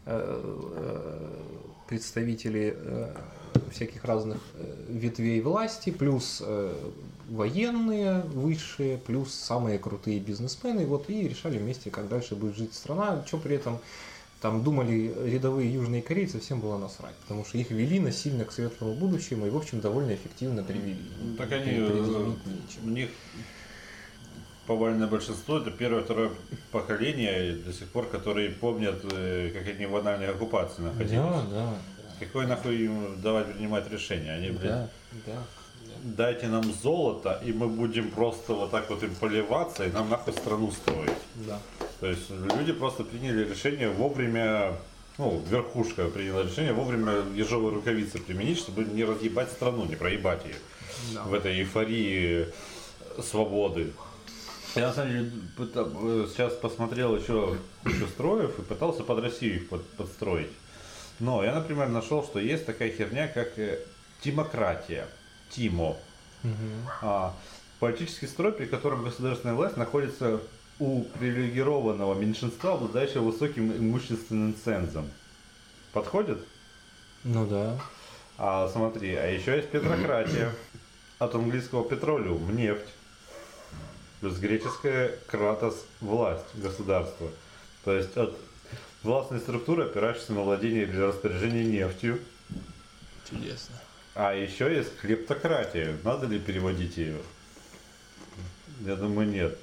представители всяких разных ветвей власти, плюс военные высшие, плюс самые крутые бизнесмены, вот, и решали вместе, как дальше будет жить страна, что при этом там думали рядовые южные корейцы, всем было насрать, потому что их вели насильно к светлому будущему и, в общем, довольно эффективно привели. Так они, у них повальное большинство, это первое-второе поколение до сих пор, которые помнят, как они в анальной оккупации находились. Да. Какой нахуй им давать принимать решения? Они, блядь, Да. дайте нам золото, и мы будем просто вот так вот им поливаться, и нам нахуй страну строить. Да. То есть люди просто приняли решение вовремя, ну, верхушка приняла решение вовремя ежовые рукавицы применить, чтобы не разъебать страну, не проебать ее в этой эйфории свободы. Я на самом деле сейчас посмотрел еще строев и пытался под Россию их подстроить. Но я, например, нашел, что есть такая херня, как тимократия. ТИМО. Политический строй, при котором государственная власть находится у привилегированного меньшинства, обладающего высоким имущественным цензом. Подходит? Ну да. Смотри, еще есть петрократия. От английского petroleum, нефть. Плюс греческая кратос, власть, государство. То есть от властной структуры, опирающейся на владение или распоряжение нефтью. Чудесно. А еще есть клептократия. Надо ли переводить ее? Я думаю, нет.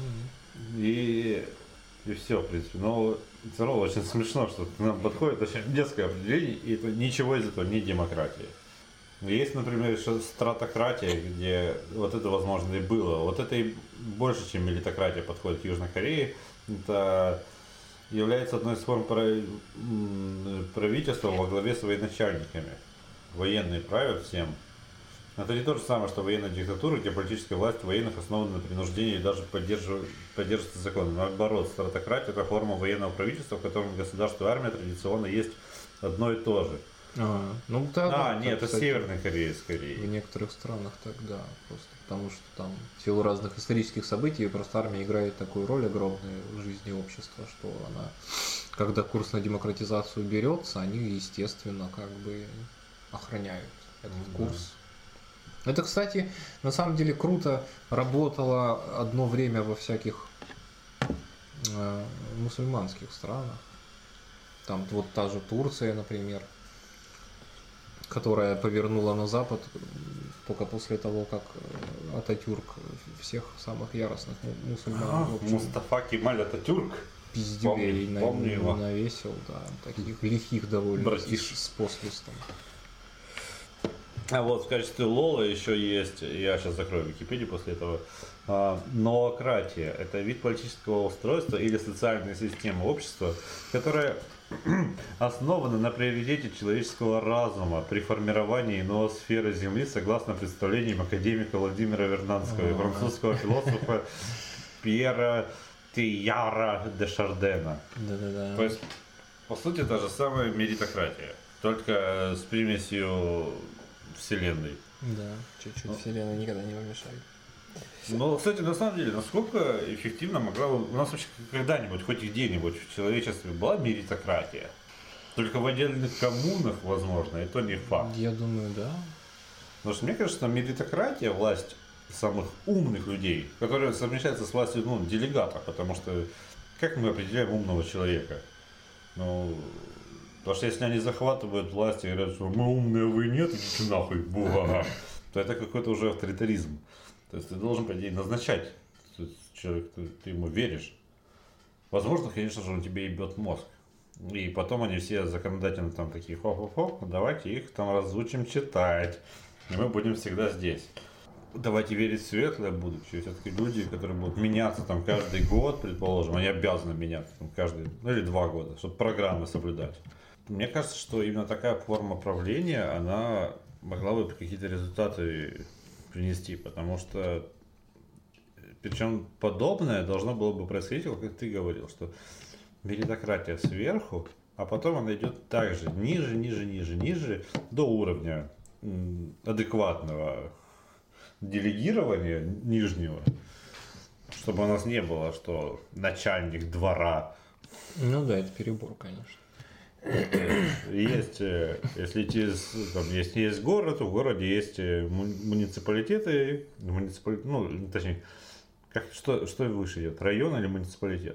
И все, в принципе. Но все равно очень смешно, что к нам подходит очень несколько определений, и это ничего из этого не демократия. Есть, например, еще стратократия, где вот это, возможно, и было. Вот это и больше, чем милитократия подходит к Южной Корее. Это является одной из форм правительства во главе с военачальниками. Военные правят всем. Это не то же самое, что военная диктатура, где политическая власть военных основана на принуждении и даже поддерживается законом. Наоборот, стратократия – это форма военного правительства, в котором государство и армия традиционно есть одно и то же. Ну да. Нет, это Северная Корея скорее. В некоторых странах тогда просто потому что там в силу разных исторических событий просто армия играет такую роль огромную в жизни общества, что она, когда курс на демократизацию берется, они, естественно, как бы охраняют этот курс. Это, кстати, на самом деле круто работало одно время во всяких мусульманских странах. Там вот та же Турция, например, которая повернула на Запад только после того, как Ататюрк всех самых яростных мусульман Мустафа Кемаль Ататюрк пиздюлей навесил, да, таких лихих довольно с посвистом. А вот в качестве лола еще есть, я сейчас закрою Википедию после этого, ноократия. Это вид политического устройства или социальной системы общества, которая основана на приоритете человеческого разума при формировании ноосферы Земли согласно представлениям академика Владимира Вернадского и французского философа Пьера Тейяра де Шардена. Да-да-да. То есть, по сути, та же самая меритократия, только с примесью Вселенной. Да, чуть-чуть Вселенная никогда не помешает. Но, кстати, на самом деле, насколько эффективно могла бы у нас вообще когда-нибудь, хоть где-нибудь в человечестве была меритократия? Только в отдельных коммунах, возможно, и то не факт. Я думаю, да. Потому что мне кажется, меритократия, власть самых умных людей, которая совмещается с властью делегата, потому что как мы определяем умного человека? Потому что если они захватывают власть и говорят, что мы умные, а вы нет, идите нахуй, буга, то это какой-то уже авторитаризм. То есть ты должен, по идее, назначать. То есть человек, ты ему веришь. Возможно, конечно же, он тебе ебет мозг. И потом они все законодательно там такие, хо-хо-хо, давайте их там разучим читать. И мы будем всегда здесь. Давайте верить в светлое будущее. Все-таки люди, которые будут меняться там каждый год, предположим, они обязаны меняться там каждый, или 2 года, чтобы программы соблюдать. Мне кажется, что именно такая форма правления, она могла бы какие-то результаты принести, потому что причем подобное должно было бы происходить, как ты говорил, что меритократия сверху, а потом она идет также ниже до уровня адекватного делегирования нижнего, чтобы у нас не было, что начальник двора. Ну да, это перебор, конечно. Есть, если идти, там есть город, в городе есть муниципалитеты, точнее, что выше идет, район или муниципалитет?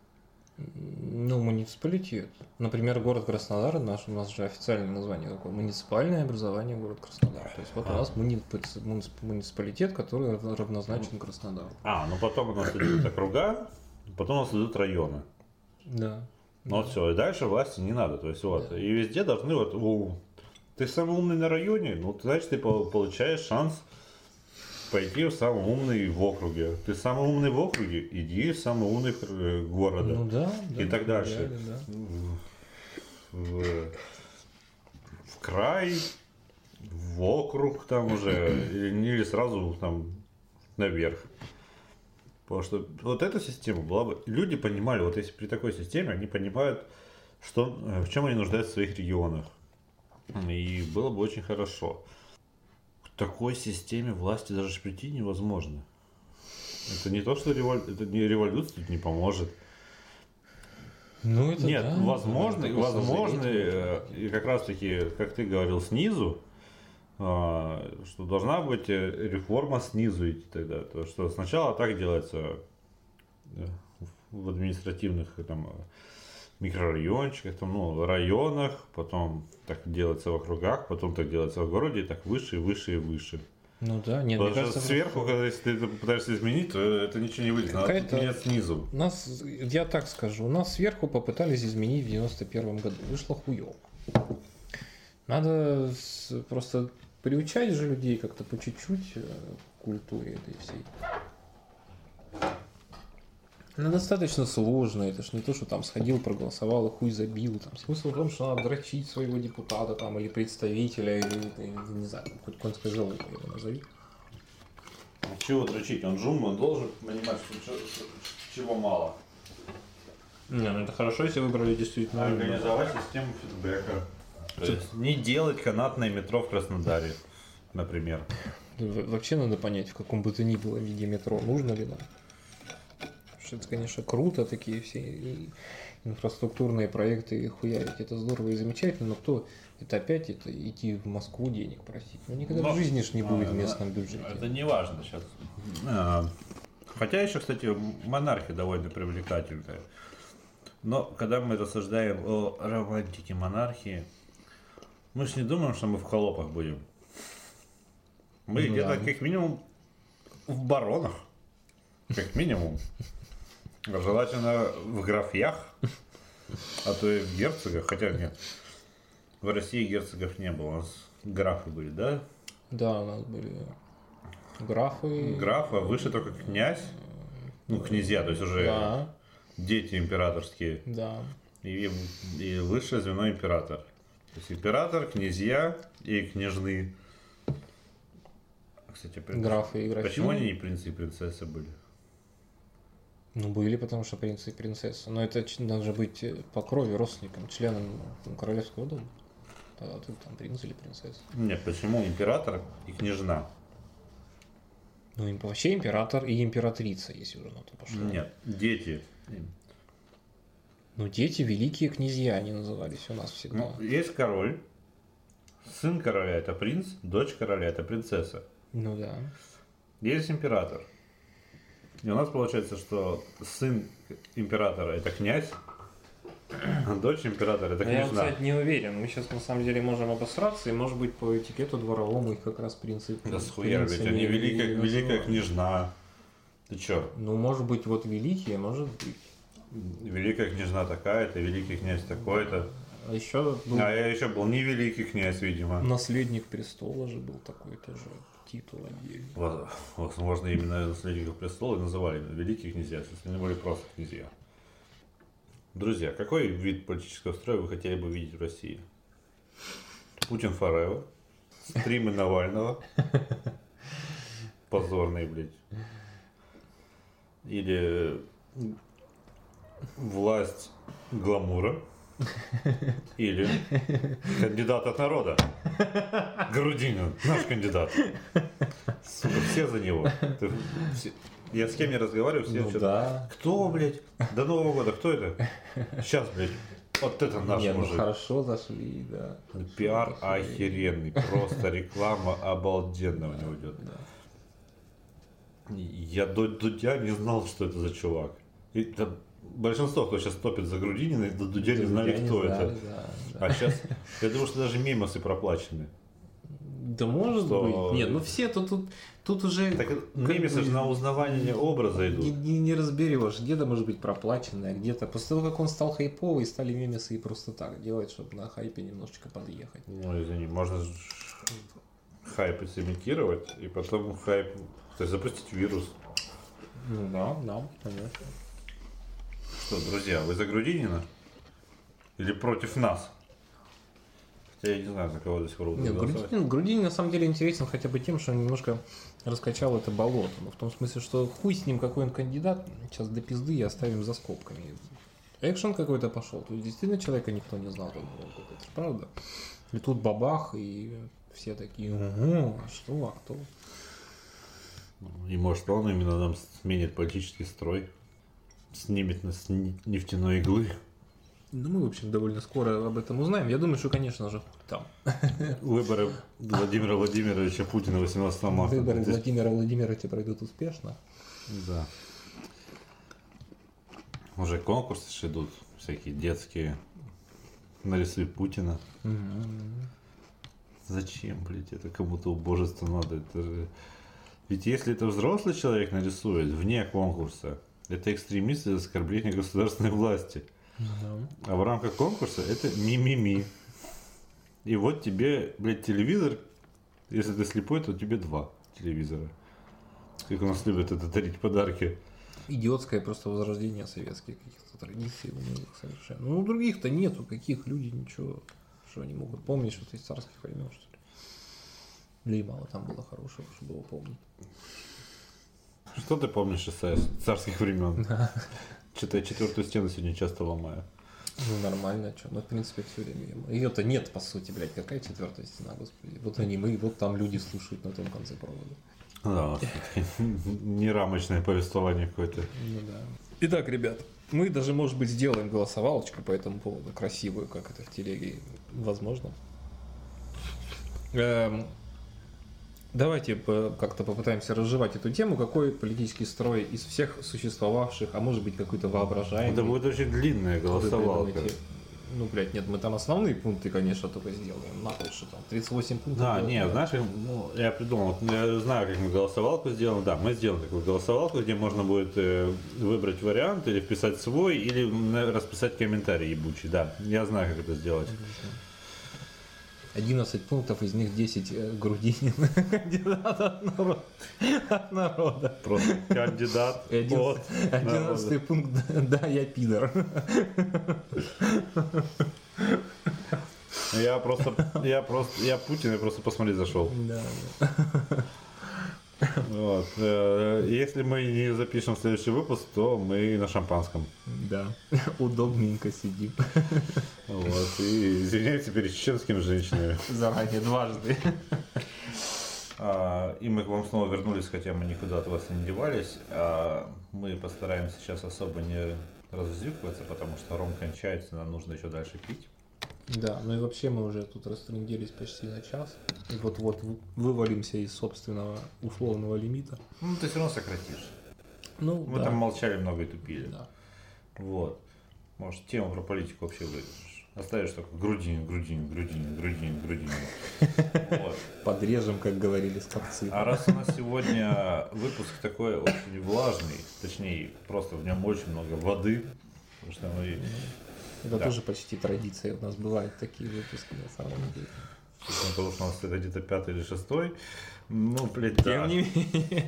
Ну, муниципалитет. Например, город Краснодар, у нас же официальное название такое, муниципальное образование город Краснодар. То есть вот у нас муниципалитет, который равнозначен Краснодару. Потом у нас идут округа, потом у нас идут районы. Да. Ну вот все, и дальше власти не надо. То есть вот, и везде должны ты самый умный на районе, значит ты получаешь шанс пойти в самый умный в округе. Ты самый умный в округе, иди в самый умный города. Ну да. И так дальше. В край, в округ там уже, или сразу там наверх. Потому что вот эта система была бы... Люди понимали, вот если при такой системе, они понимают, в чем они нуждаются в своих регионах. И было бы очень хорошо. К такой системе власти даже прийти невозможно. Это не то, что это не революция тут не поможет. Ну, это нет, да, возможно, и как раз таки, как ты говорил, снизу, что должна быть реформа снизу идти тогда. То, что сначала так делается в административных там, микрорайончиках, районах, потом так делается в округах, потом так делается в городе, и так выше, выше и выше. Ну да, нет, мне кажется, сверху, когда если ты это пытаешься изменить, то это ничего не выйдет. Надо менять снизу. Я так скажу, у нас сверху попытались изменить в 91 году. Вышло хуёво. Надо просто приучать же людей как-то по чуть-чуть к культуре этой всей. Ну, достаточно сложно, это ж не то, что там сходил, проголосовал и хуй забил. Там смысл в том, что надо дрочить своего депутата там, или представителя, или, не знаю, хоть конской залупой его назови. Чего дрочить? Он жум, он должен понимать, чего мало. Не, ну это хорошо, если выбрали действительно. Организовать систему фидбэка. То есть не делать канатное метро в Краснодаре, например. Вообще надо понять, в каком бы то ни было виде метро, нужно ли нам. Потому что это, конечно, круто, такие все инфраструктурные проекты хуярить, это здорово и замечательно, но кто это опять это идти в Москву денег просить? Ну никогда в жизни ж не будет в местном бюджете. Это не важно сейчас. Хотя еще, кстати, монархия довольно привлекательная. Но когда мы рассуждаем о романтике монархии, мы же не думаем, что мы в холопах будем. Мы где-то как минимум в баронах. Как минимум. Желательно в графьях, а то и в герцогах. Хотя нет. В России герцогов не было. У нас графы были, да? Да, у нас были графы. Граф, а выше только князь. Ну, князья, то есть уже Да, дети императорские. да. И высшее звено император. То есть император, князья и княжны. Кстати, Графы и графини. почему они не принцы и принцессы были? Ну, были, потому что принцы и принцессы. Но это надо же быть по крови родственником, членом королевского дома. Тогда ты там принц или принцесса. Нет, почему император и княжна? Ну, вообще император и императрица, если уже на то пошло. Нет, дети. Ну, дети, великие князья они назывались у нас всегда. Ну, есть король. Сын короля это принц, дочь короля это принцесса. Ну да. Есть император. И у нас получается, что сын императора это князь, а дочь императора это Я, княжна. кстати, не уверен. Мы сейчас на самом деле можем обосраться, и может быть по этикету дворовому их как раз принцы. Да схуя, ведь они великая княжна. Ты чё? Ну, может быть, вот великие, может быть. Великая княжна такая-то, великий князь такой-то. А еще был А я еще был не великий князь, видимо. наследник престола же был такой тоже титул отдельный. Возможно, именно наследников престола называли великие князья, если они были просто князья. Друзья, какой вид политического строя вы хотели бы видеть в России? Путин forever, стримы Навального, позорные, блядь. Или власть гламура. Или кандидат от народа. Грудинин, наш кандидат. Сука, все за него. Я с кем не разговариваю, все Ну что-то. да. Кто, блядь? До Нового года кто это? Сейчас, блядь. Вот это наш Не, ну мужик. хорошо зашли, да. Пиар охеренный. Просто реклама обалденно у него идет. Я до Дудя не знал, что это за чувак. И там большинство, кто сейчас топит за Грудинина, до Дудя не знали, кто это. А сейчас, я думаю, что даже мемосы проплачены. Да может Что- быть. Нет, ну все тут уже Так мемесы же на узнавание образа идут. не разберешь. Где-то может быть проплаченное, а где-то. После того, как он стал хайповый, стали мемесы и просто так делать, чтобы на хайпе немножечко подъехать. Ну, извини, можно же хайп сымитировать, и потом хайп, то есть запустить вирус. Ну да, конечно. Что, друзья, вы за Грудинина? Или против нас? Хотя я не знаю, за кого до сих пор буду Нет, голосовать. Грудинин на самом деле интересен хотя бы тем, что он немножко раскачал это болото. Ну, в том смысле, что хуй с ним, какой он кандидат, сейчас до пизды и оставим за скобками. Экшен какой-то пошел, то есть действительно человека никто не знал. Это же правда. И тут бабах, и все такие, угу, а что, а кто? И может он именно нам сменит политический строй, снимет нас с нефтяной иглы. Ну, мы, в общем, довольно скоро об этом узнаем. Я думаю, что, конечно же, там. Выборы Владимира Владимировича Путина 18 марта. Выборы Владимира Владимировича пройдут успешно. Да. Уже конкурсы ж идут, всякие детские. Нарисуй Путина. Зачем, блядь, это кому-то убожество надо? Это же... Ведь если это взрослый человек нарисует вне конкурса, это экстремист и оскорбление государственной власти. А в рамках конкурса это ми-ми-ми. И вот тебе, блядь, телевизор. Если ты слепой, то тебе 2 телевизора. Как у нас любят это дарить подарки. идиотское просто возрождение советских каких-то традиций унылых совершенно. Ну, у других-то нету, каких люди ничего, что они могут помнить, что-то из царских времен, что ли. Да и мало там было хорошего, чтобы его помнить. Что ты помнишь из царских времен? Что-то я четвертую стену сегодня часто ломаю. Ну, нормально, что. Ну, в принципе, все время. Ее-то нет, по сути, блядь. Какая четвертая стена, господи. Вот они, мы, вот там люди слушают на том конце провода. Да, нерамочное повествование какое-то. Ну да. Итак, ребят, мы даже, может быть, сделаем голосовалочку по этому поводу, красивую, как это в телеге возможно. Давайте как-то попытаемся разжевать эту тему, какой политический строй из всех существовавших, а может быть какой-то воображаемый. Это будет очень длинная голосовалка. Ну, блядь, нет, мы там основные пункты, конечно, только сделаем. Нахуй, что там, 38 пунктов. Да, нет, знаешь, ну, я придумал, я знаю, как мы голосовалку сделаем. Да, мы сделаем такую голосовалку, где можно будет выбрать вариант, или вписать свой, или расписать комментарий ебучий. Да, я знаю, как это сделать. 11 пунктов, из них 10 Грудинин, кандидат от народа. Просто кандидат от народа. 11 пункт, да, я пидор. Я Путин, я просто посмотреть зашел. Да. Вот. Если мы не запишем следующий выпуск, то мы на шампанском. Да, удобненько сидим. Вот. И извиняемся перед чеченскими женщинами. Заранее, дважды. И мы к вам снова вернулись, хотя мы никуда от вас не девались. Мы постараемся сейчас особо не раззюкиваться, потому что ром кончается, нам нужно еще дальше пить. Да, ну и вообще мы уже тут растрындились почти на час. И вот-вот вывалимся из собственного условного лимита. Ну, ты все равно сократишь. Ну, Мы да. там молчали много и тупили. Да. Вот. Может, тему про политику вообще вырежешь. Оставишь только Грудинин. Вот. Подрежем, как говорили скопцы. А раз у нас сегодня выпуск такой очень влажный, точнее, просто в нем очень много воды, потому что мы... Это тоже почти традиция. У нас бывают такие выпуски на самом деле. Потому что у нас это где-то 5 или 6. Ну, блядь, Тем да. не менее.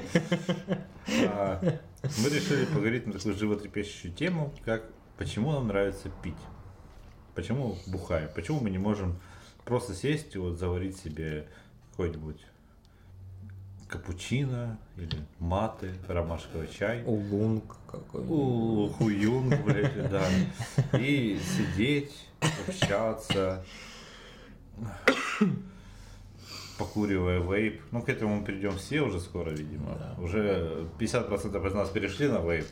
Мы решили поговорить на такую животрепещущую тему, как почему нам нравится пить. Почему бухаем? Почему мы не можем просто сесть и вот заварить себе какой-нибудь капучино или маты, ромашковый чай. Улунг какой-нибудь. Хуюнг, блядь, да. И сидеть, общаться, покуривая вейп. Ну, к этому мы придем все уже скоро, видимо. Да. Уже 50% из нас перешли на вейп.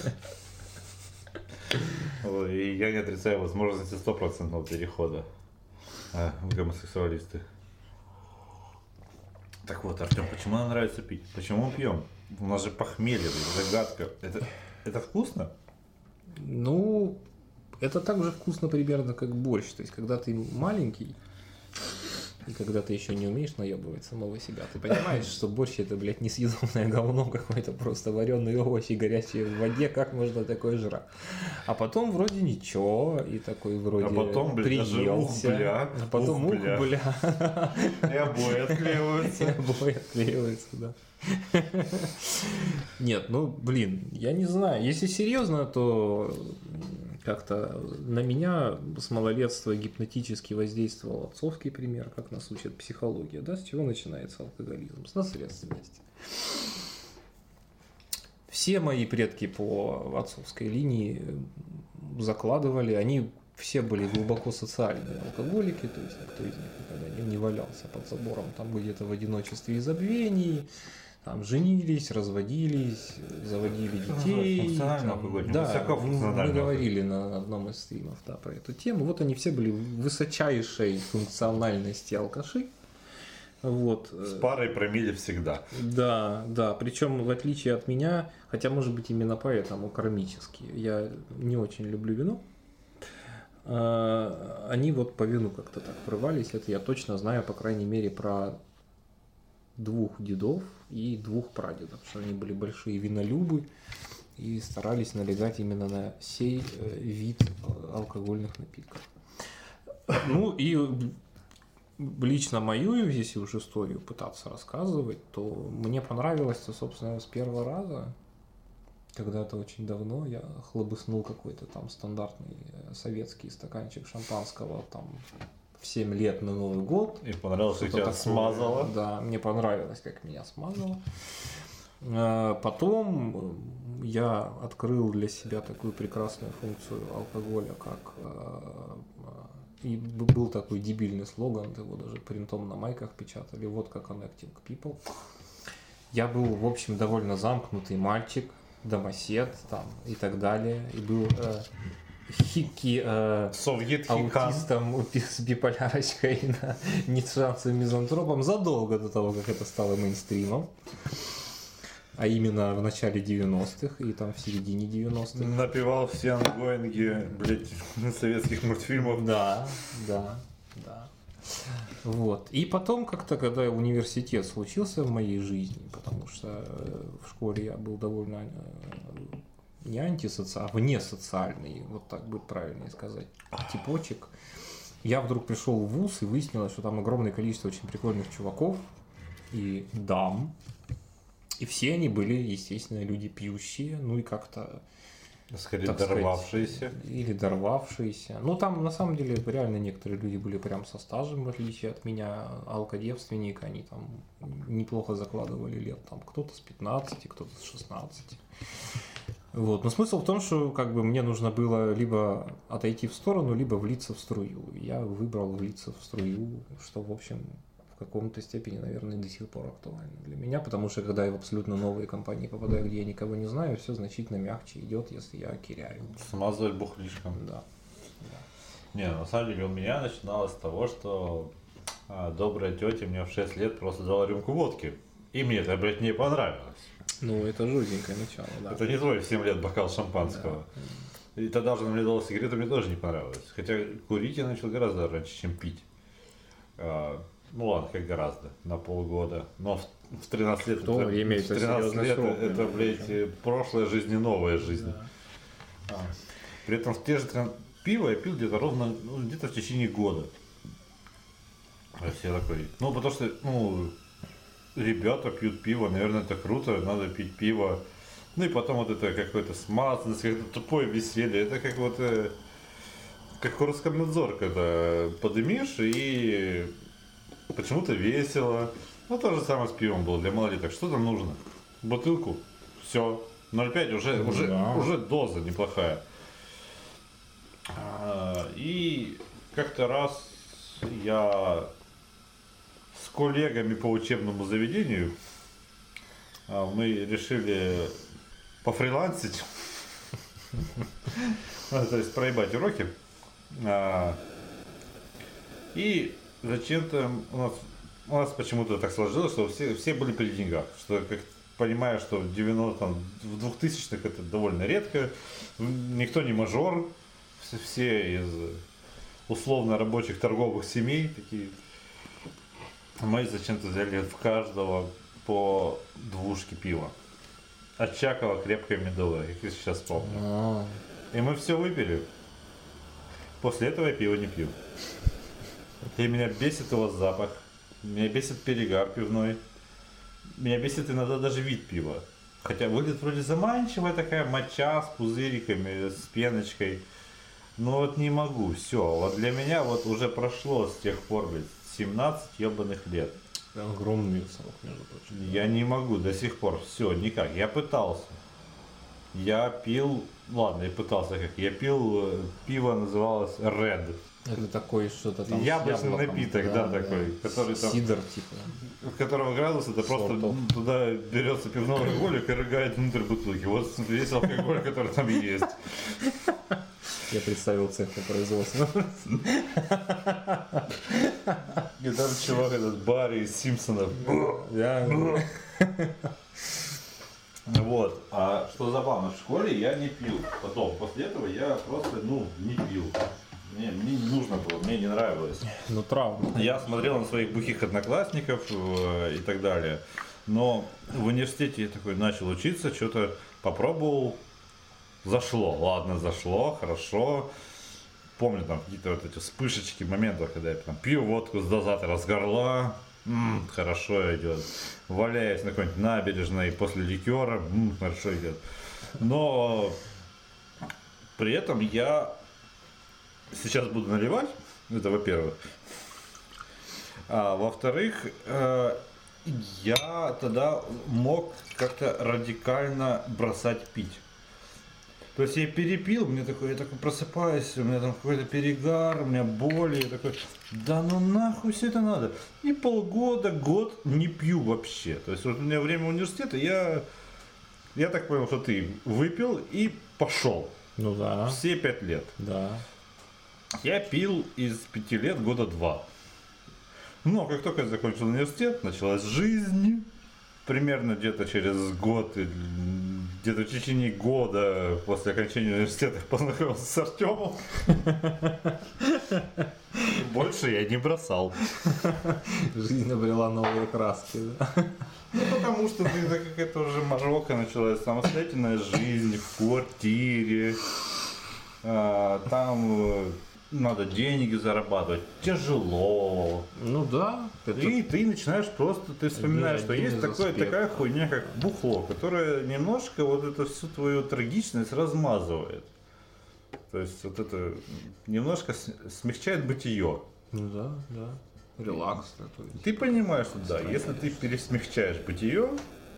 И я не отрицаю возможности 100% перехода в гомосексуалисты. Так вот, Артем, почему нам нравится пить? Почему мы пьем? У нас же похмелье, загадка. Это вкусно? Ну, это так же вкусно примерно, как борщ. То есть, когда ты маленький, и когда ты еще не умеешь наебывать самого себя, ты понимаешь, что борщ это, блядь, несъедобное говно какое-то, просто вареные овощи, горячие в воде, как можно такое жрать? А потом вроде ничего, и такой вроде приелся. А потом ух, бля. И обои отклеиваются. И обои отклеиваются, да. Нет, ну, блин, я не знаю. Если серьезно, то как-то на меня с малолетства гипнотически воздействовал отцовский пример, как нас учит психология, да, с чего начинается алкоголизм? С наследственности. Все мои предки по отцовской линии закладывали, они все были глубоко социальные алкоголики, то есть никто из них никогда не валялся под забором там где-то в одиночестве и забвении. Там женились, разводились, заводили детей. Да, мы говорили на одном из стримов про эту тему. Вот они все были высочайшей функциональности алкаши. Вот. С парой промилле всегда. Да, да. Причем, в отличие от меня, хотя, может быть, именно поэтому кармически, я не очень люблю вино. Они вот по вину как-то так врывались. Это я точно знаю, по крайней мере, про 2 дедов и 2 прадедов, что они были большие винолюбы и старались налегать именно на сей вид алкогольных напитков. Ну и лично мою, если уж историю пытаться рассказывать, то мне понравилось-то, собственно, с первого раза. Когда-то очень давно я хлобыснул какой-то там стандартный советский стаканчик шампанского там в 7 лет на Новый год. И понравилось, как тебя такое. смазало. Да, мне понравилось, как меня смазало. Потом я открыл для себя такую прекрасную функцию алкоголя, как и был такой дебильный слоган, его даже принтом на майках печатали, водка Connecting People. Я был, в общем, довольно замкнутый мальчик, домосед там и так далее, и был аутистом с биполярочкой, ницшанцем, мизантропом задолго до того, как это стало мейнстримом. А именно в начале 90-х и там в середине 90-х. Напевал все ангоинги, блядь, советских мультфильмов. Да. Вот. И потом как-то, когда университет случился в моей жизни, потому что в школе я был довольно не антисоциальный, а внесоциальный, вот так будет правильнее сказать, типочек. Я вдруг пришел в вуз и выяснилось, что там огромное количество очень прикольных чуваков и дам. И все они были, естественно, люди пьющие, ну и как-то... Скорее дорвавшиеся. Сказать, или дорвавшиеся. Ну, там, на самом деле, реально некоторые люди были прям со стажем, в отличие от меня, алкодевственник, они там неплохо закладывали лет, там, кто-то с 15, кто-то с 16. Вот. Но смысл в том, что как бы мне нужно было либо отойти в сторону, либо влиться в струю. Я выбрал влиться в струю, что, в общем... в каком-то степени, наверное, до сих пор актуально для меня, потому что когда я в абсолютно новые компании попадаю, где я никого не знаю, все значительно мягче идет, если я киряю. Смазывать бухлишком. Да. Не, на самом деле у меня начиналось с того, что добрая тетя мне в 6 лет просто дала рюмку водки. И мне это, блядь, не понравилось. Ну, это жутенькое начало, да. Это не твой в 7 лет бокал шампанского. Да. И тогда уже мне дала сигарету, мне тоже не понравилось. Хотя курить я начал гораздо раньше, чем пить. Ну ладно, как гораздо, на полгода. Но в 13 лет, это, время в 13 лет срок, это, блядь, прошлая жизнь и новая жизнь. Да. При этом в те же пиво я пил где-то ровно, где-то в течение года. А все такой, ну потому что, ребята пьют пиво, наверное, это круто, надо пить пиво. Ну и потом вот это какое-то смазанность, какое-то тупое веселье, это как вот, как Роскомнадзор, когда подымишь и... почему-то весело. Ну, то же самое с пивом было для малолеток. Что там нужно? Бутылку. Все. 0,5 уже доза неплохая. И как-то раз я с коллегами по учебному заведению мы решили пофрилансить. То есть проебать уроки. И зачем-то у нас почему-то так сложилось, что все были при деньгах. Что, как понимаю, что в 2000-х это довольно редко. Никто не мажор. Все из условно рабочих торговых семей такие. Мы зачем-то взяли в каждого по двушке пива. Очаково крепкое медовое, как я сейчас помню. И мы все выпили. После этого я пиво не пью. И меня бесит его запах, меня бесит перегар пивной, меня бесит иногда даже вид пива. Хотя выглядит вроде заманчивая такая моча с пузыриками, с пеночкой. Но вот не могу, все. Вот для меня вот уже прошло с тех пор, блядь, 17 ебаных лет. Огромный срок, между прочим. Я не могу до сих пор, все, никак. Я пытался. Я пил, ладно, я пытался как. Я пил, пиво называлось Red. Это такой что-то там яблочный напиток, да, такой, который там... Сидр, типа. В которого градус это просто туда берется пивной алкоголик и рыгает внутрь бутылки. Вот весь алкоголь, который там есть. Я представил цех по производству. И там чувак этот Барри из Симпсонов. Вот. А что забавно, в школе я не пил. Потом, после этого я просто, не пил. Мне не нужно было, мне не нравилось. Ну, травма. Я смотрел на своих бухих одноклассников и так далее. Но в университете я такой начал учиться, что-то попробовал. Зашло, ладно, зашло, хорошо. Помню там какие-то вот эти вспышечки моментов, когда я там пью водку с дозатора с горла. Хорошо идет. Валяюсь на какой-нибудь набережной после ликера. Хорошо идет. Но при этом я сейчас буду наливать, это во-первых. А во-вторых, я тогда мог как-то радикально бросать пить. То есть я перепил, я такой просыпаюсь, у меня там какой-то перегар, у меня боли, я такой, да ну нахуй все это надо. И полгода, год не пью вообще. То есть вот у меня время университета, я так понял, что ты выпил и пошел. Ну да. Все 5 лет. Да. Я пил из 5 лет года 2. Но как только я закончил университет, началась жизнь. Примерно где-то через год, где-то в течение года после окончания университета я познакомился с Артемом. Больше я не бросал. Жизнь обрела новые краски, да? Ну, потому что это какая-то уже мажока началась, самостоятельная жизнь в квартире. Там надо деньги зарабатывать, тяжело. Ну да. И ты начинаешь просто, ты вспоминаешь, что есть такая хуйня, как бухло, которая немножко вот эту всю твою трагичность размазывает. То есть вот это немножко смягчает бытие. Ну да, да. Релакс такой. Ты понимаешь, что да, если ты пересмягчаешь бытие,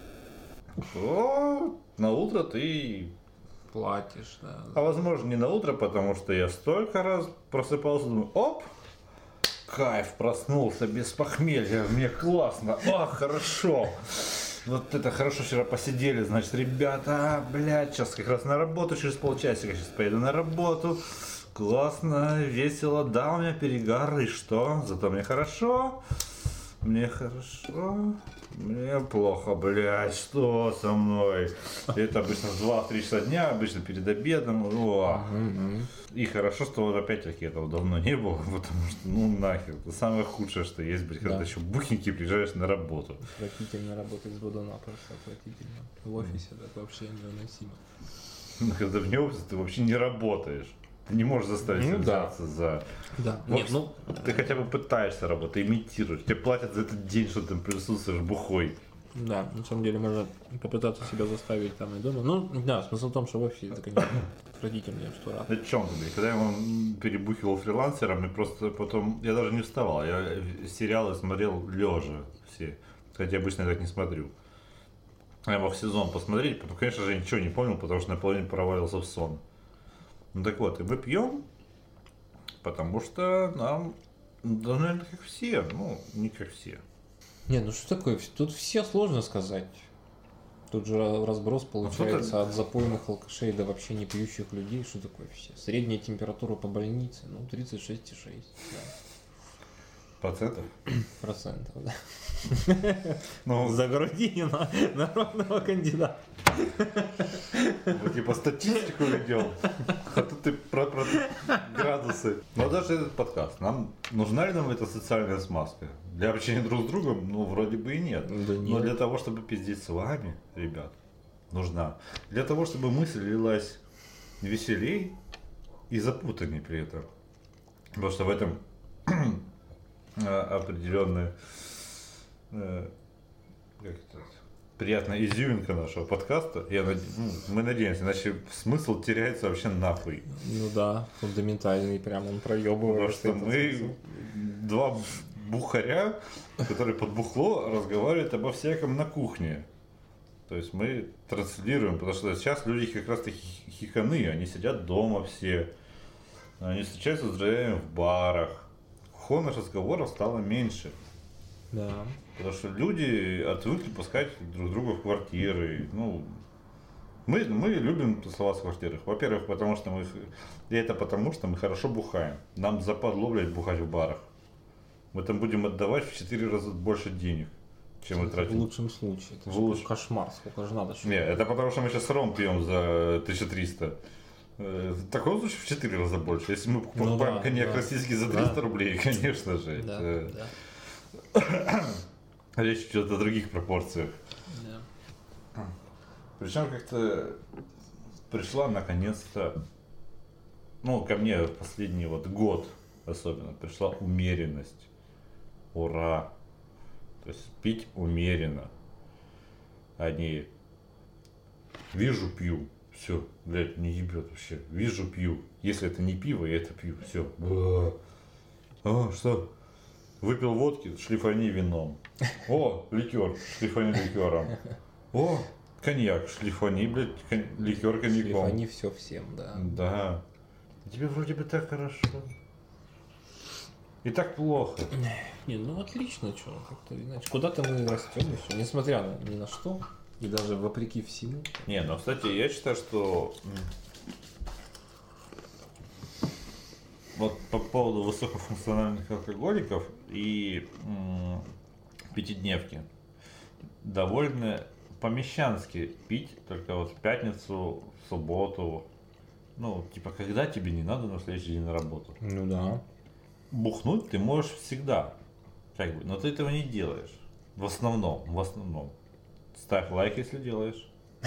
то на утро ты... Платишь, да. А возможно не на утро, потому что я столько раз просыпался, думаю, оп, кайф, проснулся без похмелья, мне классно, хорошо. Вот это хорошо вчера посидели, значит, ребята, блядь, сейчас как раз на работу, через полчасика сейчас поеду на работу. Классно, весело, да, у меня перегар, и что? Зато мне хорошо. Мне хорошо, мне плохо, блядь, что со мной? Это обычно в 2-3 часа дня, обычно перед обедом. И хорошо, что вот опять-таки этого давно не было, потому что, ну нахер, это самое худшее, что есть, блядь, когда еще бухенький приезжаешь на работу. Отвратительно работать с бодуна, просто отвратительно. В офисе так вообще невыносимо. Ну, когда вне офиса ты вообще не работаешь. Ты не можешь заставить себя взяться за... Да. Нет, ты хотя бы пытаешься работать, имитируешь. Тебе платят за этот день, что ты присутствуешь бухой. Да, на самом деле можно попытаться себя заставить там и дома. Ну, да, смысл в том, что в офисе это, конечно, отвратительно, что раз. О чем ты? Когда я перебухивал фрилансером, и просто потом... Я даже не вставал, я сериалы смотрел лежа все. Хотя обычно я так не смотрю. Я мог сезон посмотреть, потом, конечно же, я ничего не понял, потому что наполовину провалился в сон. Ну так вот, и мы пьем, потому что нам, да, наверное, как все, ну, не как все. Не, ну что такое, тут все сложно сказать. Тут же разброс получается от запойных алкашей до вообще не пьющих людей. Что такое все? Средняя температура по больнице, ну, 36,6. Да. Процентов, да. Ну, за Грудинина, народного кандидата. Вот типа статистику ведем, а тут ты про градусы. Но даже этот подкаст, нужна ли нам эта социальная смазка? Для общения друг с другом, ну, вроде бы и нет. Да нет. Но для того, чтобы пиздеть с вами, ребят, нужна. Для того, чтобы мысль лилась веселей и запутанней при этом. Потому что в этом определенная приятная изюминка нашего подкаста. Мы надеемся, иначе смысл теряется вообще нахуй. Ну да, фундаментальный, прям он проебывает. Потому что мы два бухаря, которые под бухло разговаривают обо всяком на кухне. То есть мы транслируем, потому что сейчас люди как раз таки хиканы, они сидят дома все, они встречаются с друзьями в барах. Хонных разговоров стало меньше. Да. Потому что люди отвыкли пускать друг друга в квартиры. Ну, мы любим тусоваться в квартирах. Во-первых, потому что мы хорошо бухаем. Нам западло, блядь, бухать в барах. Мы там будем отдавать в 4 раза больше денег, чем мы тратим. В лучшем случае. Это кошмар, сколько же надо. Нет, это потому что мы сейчас ром пьем за 1300. В таком случае в 4 раза больше. Если мы покупаем коньяк российский за 300 рублей, конечно же. Речь идет о других пропорциях. Да. Причем как-то пришла наконец-то, ну, ко мне в последний год особенно, пришла умеренность. Ура! То есть пить умеренно. А не вижу, пью. все, блядь, не ебет вообще. Вижу, пью. Если это не пиво, я это пью. Все. А, что? Выпил водки, шлифани вином. О, ликер, шлифани ликером. О, коньяк, шлифани, блядь, ликер коньяком. Шлифани все всем, да. Да. Тебе вроде бы так хорошо. И так плохо. Не, ну отлично, что, как-то иначе. Куда-то мы растем еще, несмотря ни на что, и даже вопреки всему. Не, ну, кстати, я считаю, что вот по поводу высокофункциональных алкоголиков и пятидневки довольно по-мещански пить, только вот в пятницу, в субботу. Ну, типа, когда тебе не надо на следующий день на работу. Ну да. Бухнуть ты можешь всегда, как бы, но ты этого не делаешь. В основном. Ставь лайк, если делаешь.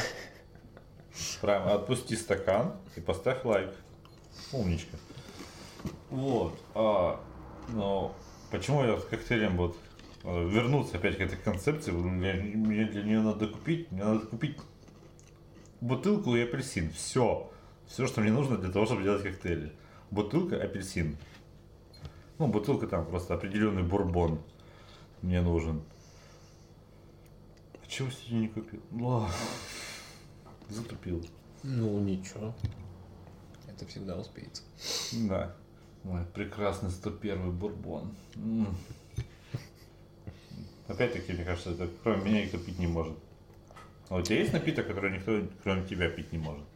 Прям отпусти стакан и поставь лайк. Умничка. Вот. Но почему я с коктейлем вот вернуться опять к этой концепции? Мне для нее надо купить. Мне надо купить бутылку и апельсин. Все. Все, что мне нужно для того, чтобы делать коктейли. Бутылка, апельсин. Ну, бутылка там просто определенный бурбон мне нужен. А чего сегодня не купил? Затупил. Ну ничего. Это всегда успеется. Да. Мой прекрасный 101 бурбон. Опять-таки, мне кажется, это кроме меня никто пить не может. А у тебя есть напиток, который никто, кроме тебя, пить не может?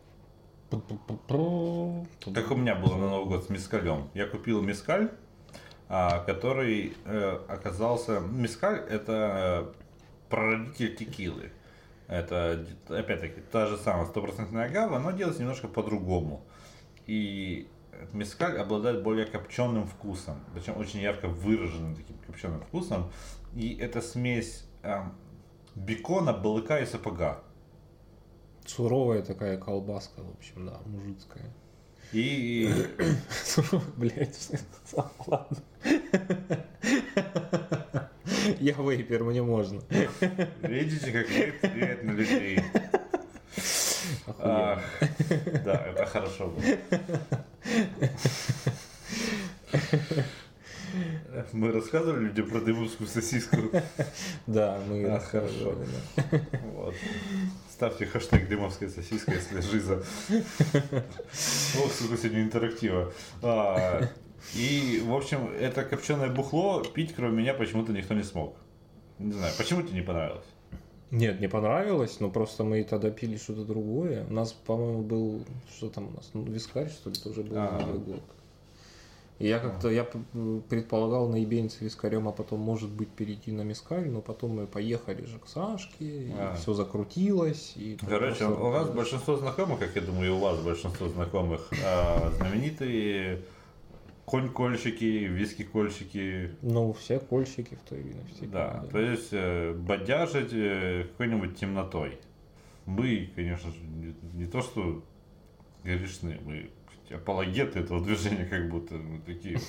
Как у меня было на Новый год с мескалем. Я купил мескаль, который оказался... Мескаль – это прародитель текилы. Это, опять-таки, та же самая 100% агава, но делается немножко по-другому. И мескаль обладает более копченым вкусом, причем очень ярко выраженным таким копченым вкусом. И это смесь бекона, балыка и сапога. Суровая такая колбаска, в общем, да, мужицкая. И... Блять, ладно. Я вейпер, мне можно. Видите, как вейп влияет на людей. Да, это хорошо было. Мы рассказывали людям про дымовскую сосиску. Да, мы рассказывали. Вот. Ставьте хэштег дымовская сосиска, если жиза. Ох, сколько сегодня интерактива. И, в общем, это копченое бухло пить, кроме меня, почему-то никто не смог. Не знаю, почему тебе не понравилось? Нет, не понравилось, но просто мы тогда пили что-то другое. У нас, по-моему, был... Что там у нас? Ну, вискарь, что ли, тоже был на Новый год. И я как-то, я предполагал наебениться вискарем, а потом, может быть, перейти на мескаль, но потом мы поехали же к Сашке, и все закрутилось. И короче, у нас большинство знакомых, как я думаю, и у вас большинство знакомых, знаменитые конь-кольщики, виски-кольщики. Ну, все кольщики в той или иной степени. Да, то есть бодяжить какой-нибудь темнотой. Мы, конечно же, не то что грешны, мы апологеты этого движения, как будто мы такие.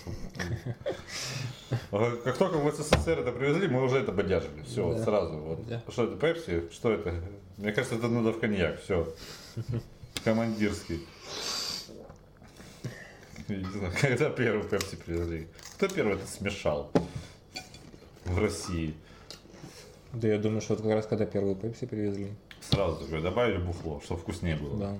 Как только в СССР это привезли, мы уже это бодяжили. Все, вот сразу. Вот. Да. Что это, Пепси? Что это? Мне кажется, это надо в коньяк. Все. Командирский. Я не знаю, когда первый Пепси привезли? Кто первый это смешал в России? Да я думаю, что это как раз когда первый Пепси привезли. Сразу такое добавили бухло, чтобы вкуснее было. Да.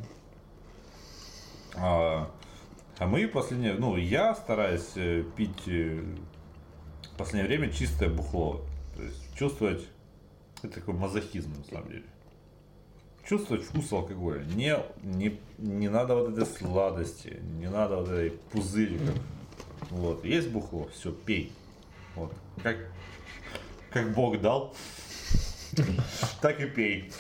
А мы последнее, ну, я стараюсь пить в последнее время чистое бухло. То есть чувствовать, это такой мазохизм на самом деле. Чувствовать вкус алкоголя. Не надо вот этой сладости, не надо вот этой пузыриков. Вот. Есть бухло, все, пей. Вот. Как Бог дал, так и пей.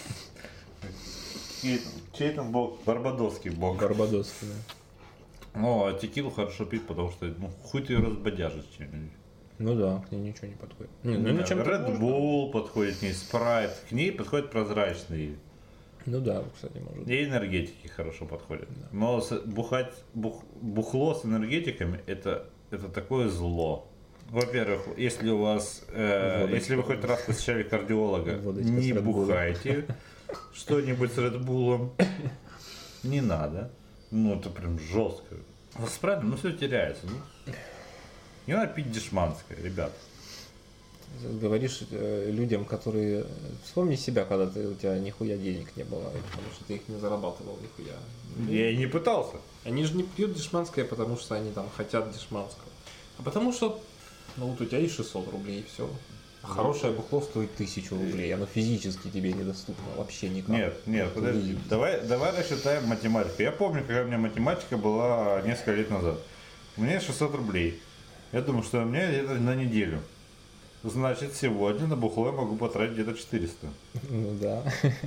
Чей там бог? Барбадосский бог. Барбадосский, да. Ну, а текилу хорошо пить, потому что, ну, хуй ты ее разбодяжишь чем-нибудь. Ну да, к ней ничего не подходит. Red Bull подходит к ней, спрайт, к ней подходят прозрачные. Ну да, кстати, может. И энергетики хорошо подходят. Да. Но бухло с энергетиками это такое зло. Во-первых, если у вас, если вы хоть раз посещали кардиолога, не бухайте что-нибудь с Red Bull. не надо. Ну, это прям жестко. С спрайдом, ну, все теряется. Ну, не надо пить дешманское, ребят. Говоришь людям, которые... Вспомни себя, когда у тебя нихуя денег не было, потому что ты их не зарабатывал нихуя. Я и не пытался. Они же не пьют дешманское, потому что они там хотят дешманского. А потому что, ну вот у тебя есть 600 рублей и все. А хорошее бухло стоит 1000 рублей, оно физически тебе недоступно вообще никак. Нет, подожди. Давай рассчитаем математику. Я помню, когда у меня математика была несколько лет назад. У меня 600 рублей. Я думаю, что у меня это на неделю. Значит, сегодня на бухло я могу потратить где-то 400. Ну да.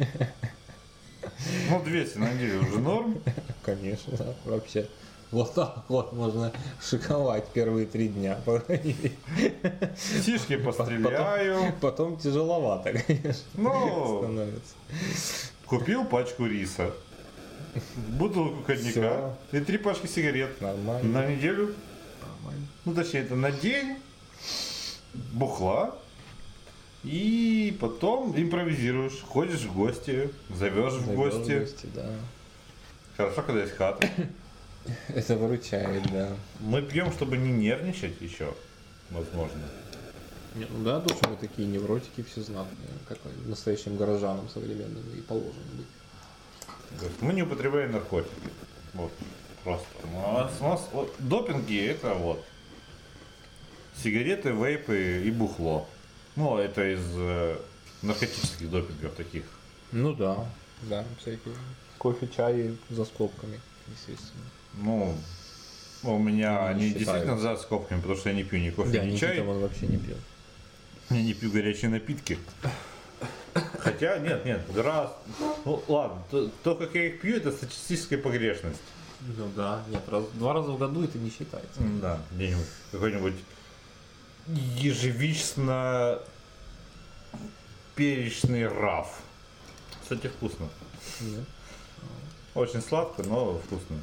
Ну, 200 на неделю уже норм. Конечно, да, вообще. Вот так вот можно шиковать первые 3 дня. Сишки постреляю. Потом тяжеловато, конечно, Ну, становится. купил пачку риса, бутылку коньяка и 3 пачки сигарет. Нормально. На неделю. Нормально. Ну, точнее, это на день. Бухла. И потом импровизируешь. Ходишь в гости, зовешь в гости. Да. Хорошо, когда есть хата. Это выручает, да. Мы пьем, чтобы не нервничать еще, возможно. Не, ну да, тоже мы такие невротики все знатные, как настоящим горожанам современным и положено быть. То есть мы не употребляем наркотики. Вот. Просто. У нас вот, допинги это вот сигареты, вейпы и бухло. Ну, это из наркотических допингов таких. Ну да, да, всякие. Кофе, чай за скобками, естественно. Ну, у меня Не они считаются. действительно за скобками, потому что я не пью ни кофе, Да, ни Никита чай. он вообще не пьет. Я не пью горячие напитки. Хотя, нет, раз. Ну ладно, то, как я их пью, это статистическая погрешность. Ну да, нет, 2 раза в году это не считается. Да, где-нибудь какой-нибудь ежевично-перечный раф. Кстати, вкусно. Нет. Очень сладко, но вкусно.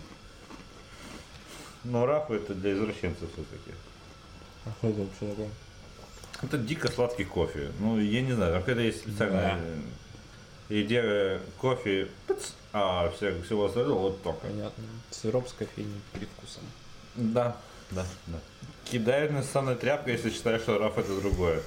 Но раф это для извращенцев все-таки. А что это вообще такое? Это дико сладкий кофе. Ну, я не знаю, какая-то есть специальная идея кофе, а всего остального вот только. Понятно. Сироп с кофейным привкусом. Да. Кидай на санной тряпкой, если считаешь, что раф это другое.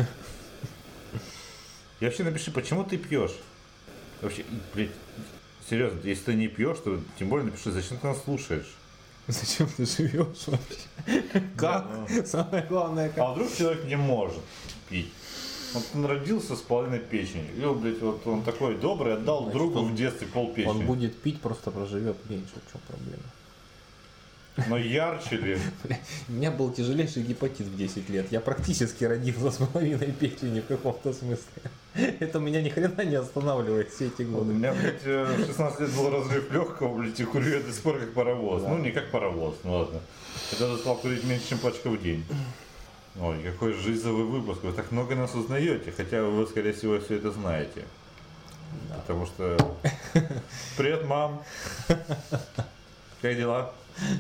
И вообще напиши, почему ты пьешь? Вообще, блядь, серьезно, если ты не пьешь, то тем более напиши, зачем ты нас слушаешь? Зачем ты живешь вообще? Как? Самое главное, как? А вдруг человек не может пить? Вот он родился с половиной печени. И, блядь, вот он такой добрый, отдал Значит, другу он- в детстве пол печени. Он будет пить, просто проживет меньше. В чем проблема? Но ярче ли? У меня был тяжелейший гепатит в 10 лет. Я практически родился с половиной печени в каком-то смысле. Это меня ни хрена не останавливает все эти У годы. меня, блядь, в 16 лет был разрыв легкого, блядь, и курю я до сих пор как паровоз. Да. Ну, не как паровоз, ну ладно. Я даже стал курить меньше, чем пачка в день. Ой, какой жизневый выпуск. Вы так много нас узнаете, хотя вы, скорее всего, все это знаете. Да. Потому что... Привет, мам! Как дела?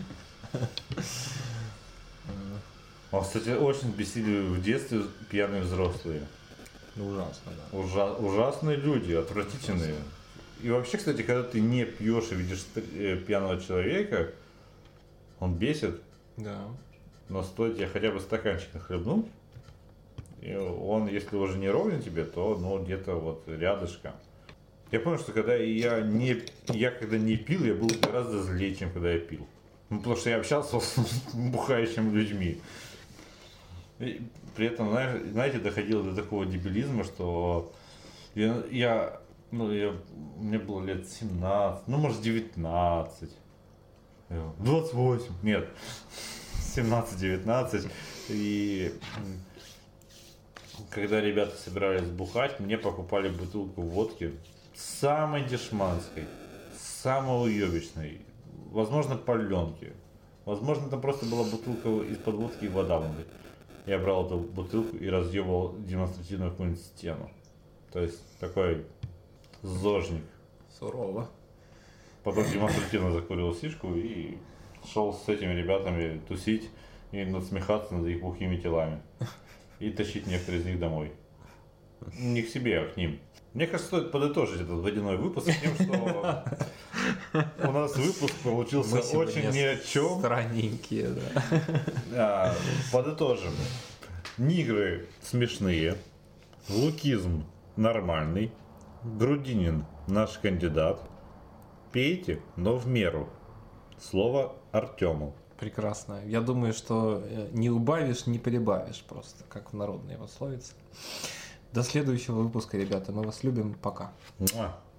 Кстати, очень бесили в детстве пьяные взрослые. Ну, ужасно, да. Ужасные люди, отвратительные. И вообще, кстати, когда ты не пьешь и видишь пьяного человека, он бесит, Да. но стоит тебе хотя бы стаканчик нахлебнуть, и он, если уже не ровен тебе, то ну, где-то вот рядышком. Я помню, что когда когда не пил, я был гораздо злее, чем когда я пил. Ну, потому что я общался с бухающими людьми. И при этом, знаете, доходило до такого дебилизма, что мне было лет 17, ну, может, 19, 28, нет, 17-19. И когда ребята собирались бухать, мне покупали бутылку водки самой дешманской, самой уебищной, возможно, паленки. Возможно, там просто была бутылка из-под водки и вода внутри. Я брал эту бутылку и разъебал демонстративно какую-нибудь стену. То есть такой зожник. Сурово. Потом демонстративно закурил сишку и шел с этими ребятами тусить и насмехаться над их бухими телами. И тащить некоторые из них домой. Не к себе, а к ним. Мне кажется, стоит подытожить этот водяной выпуск тем, что у нас выпуск получился очень ни о чем. Странненькие, да. Подытожим. Нигры смешные, лукизм нормальный, Грудинин наш кандидат. Пейте, но в меру. Слово Артему. Прекрасно. Я думаю, что не убавишь, не прибавишь просто, как в народной пословице. До следующего выпуска, ребята. Мы вас любим. Пока. Муа.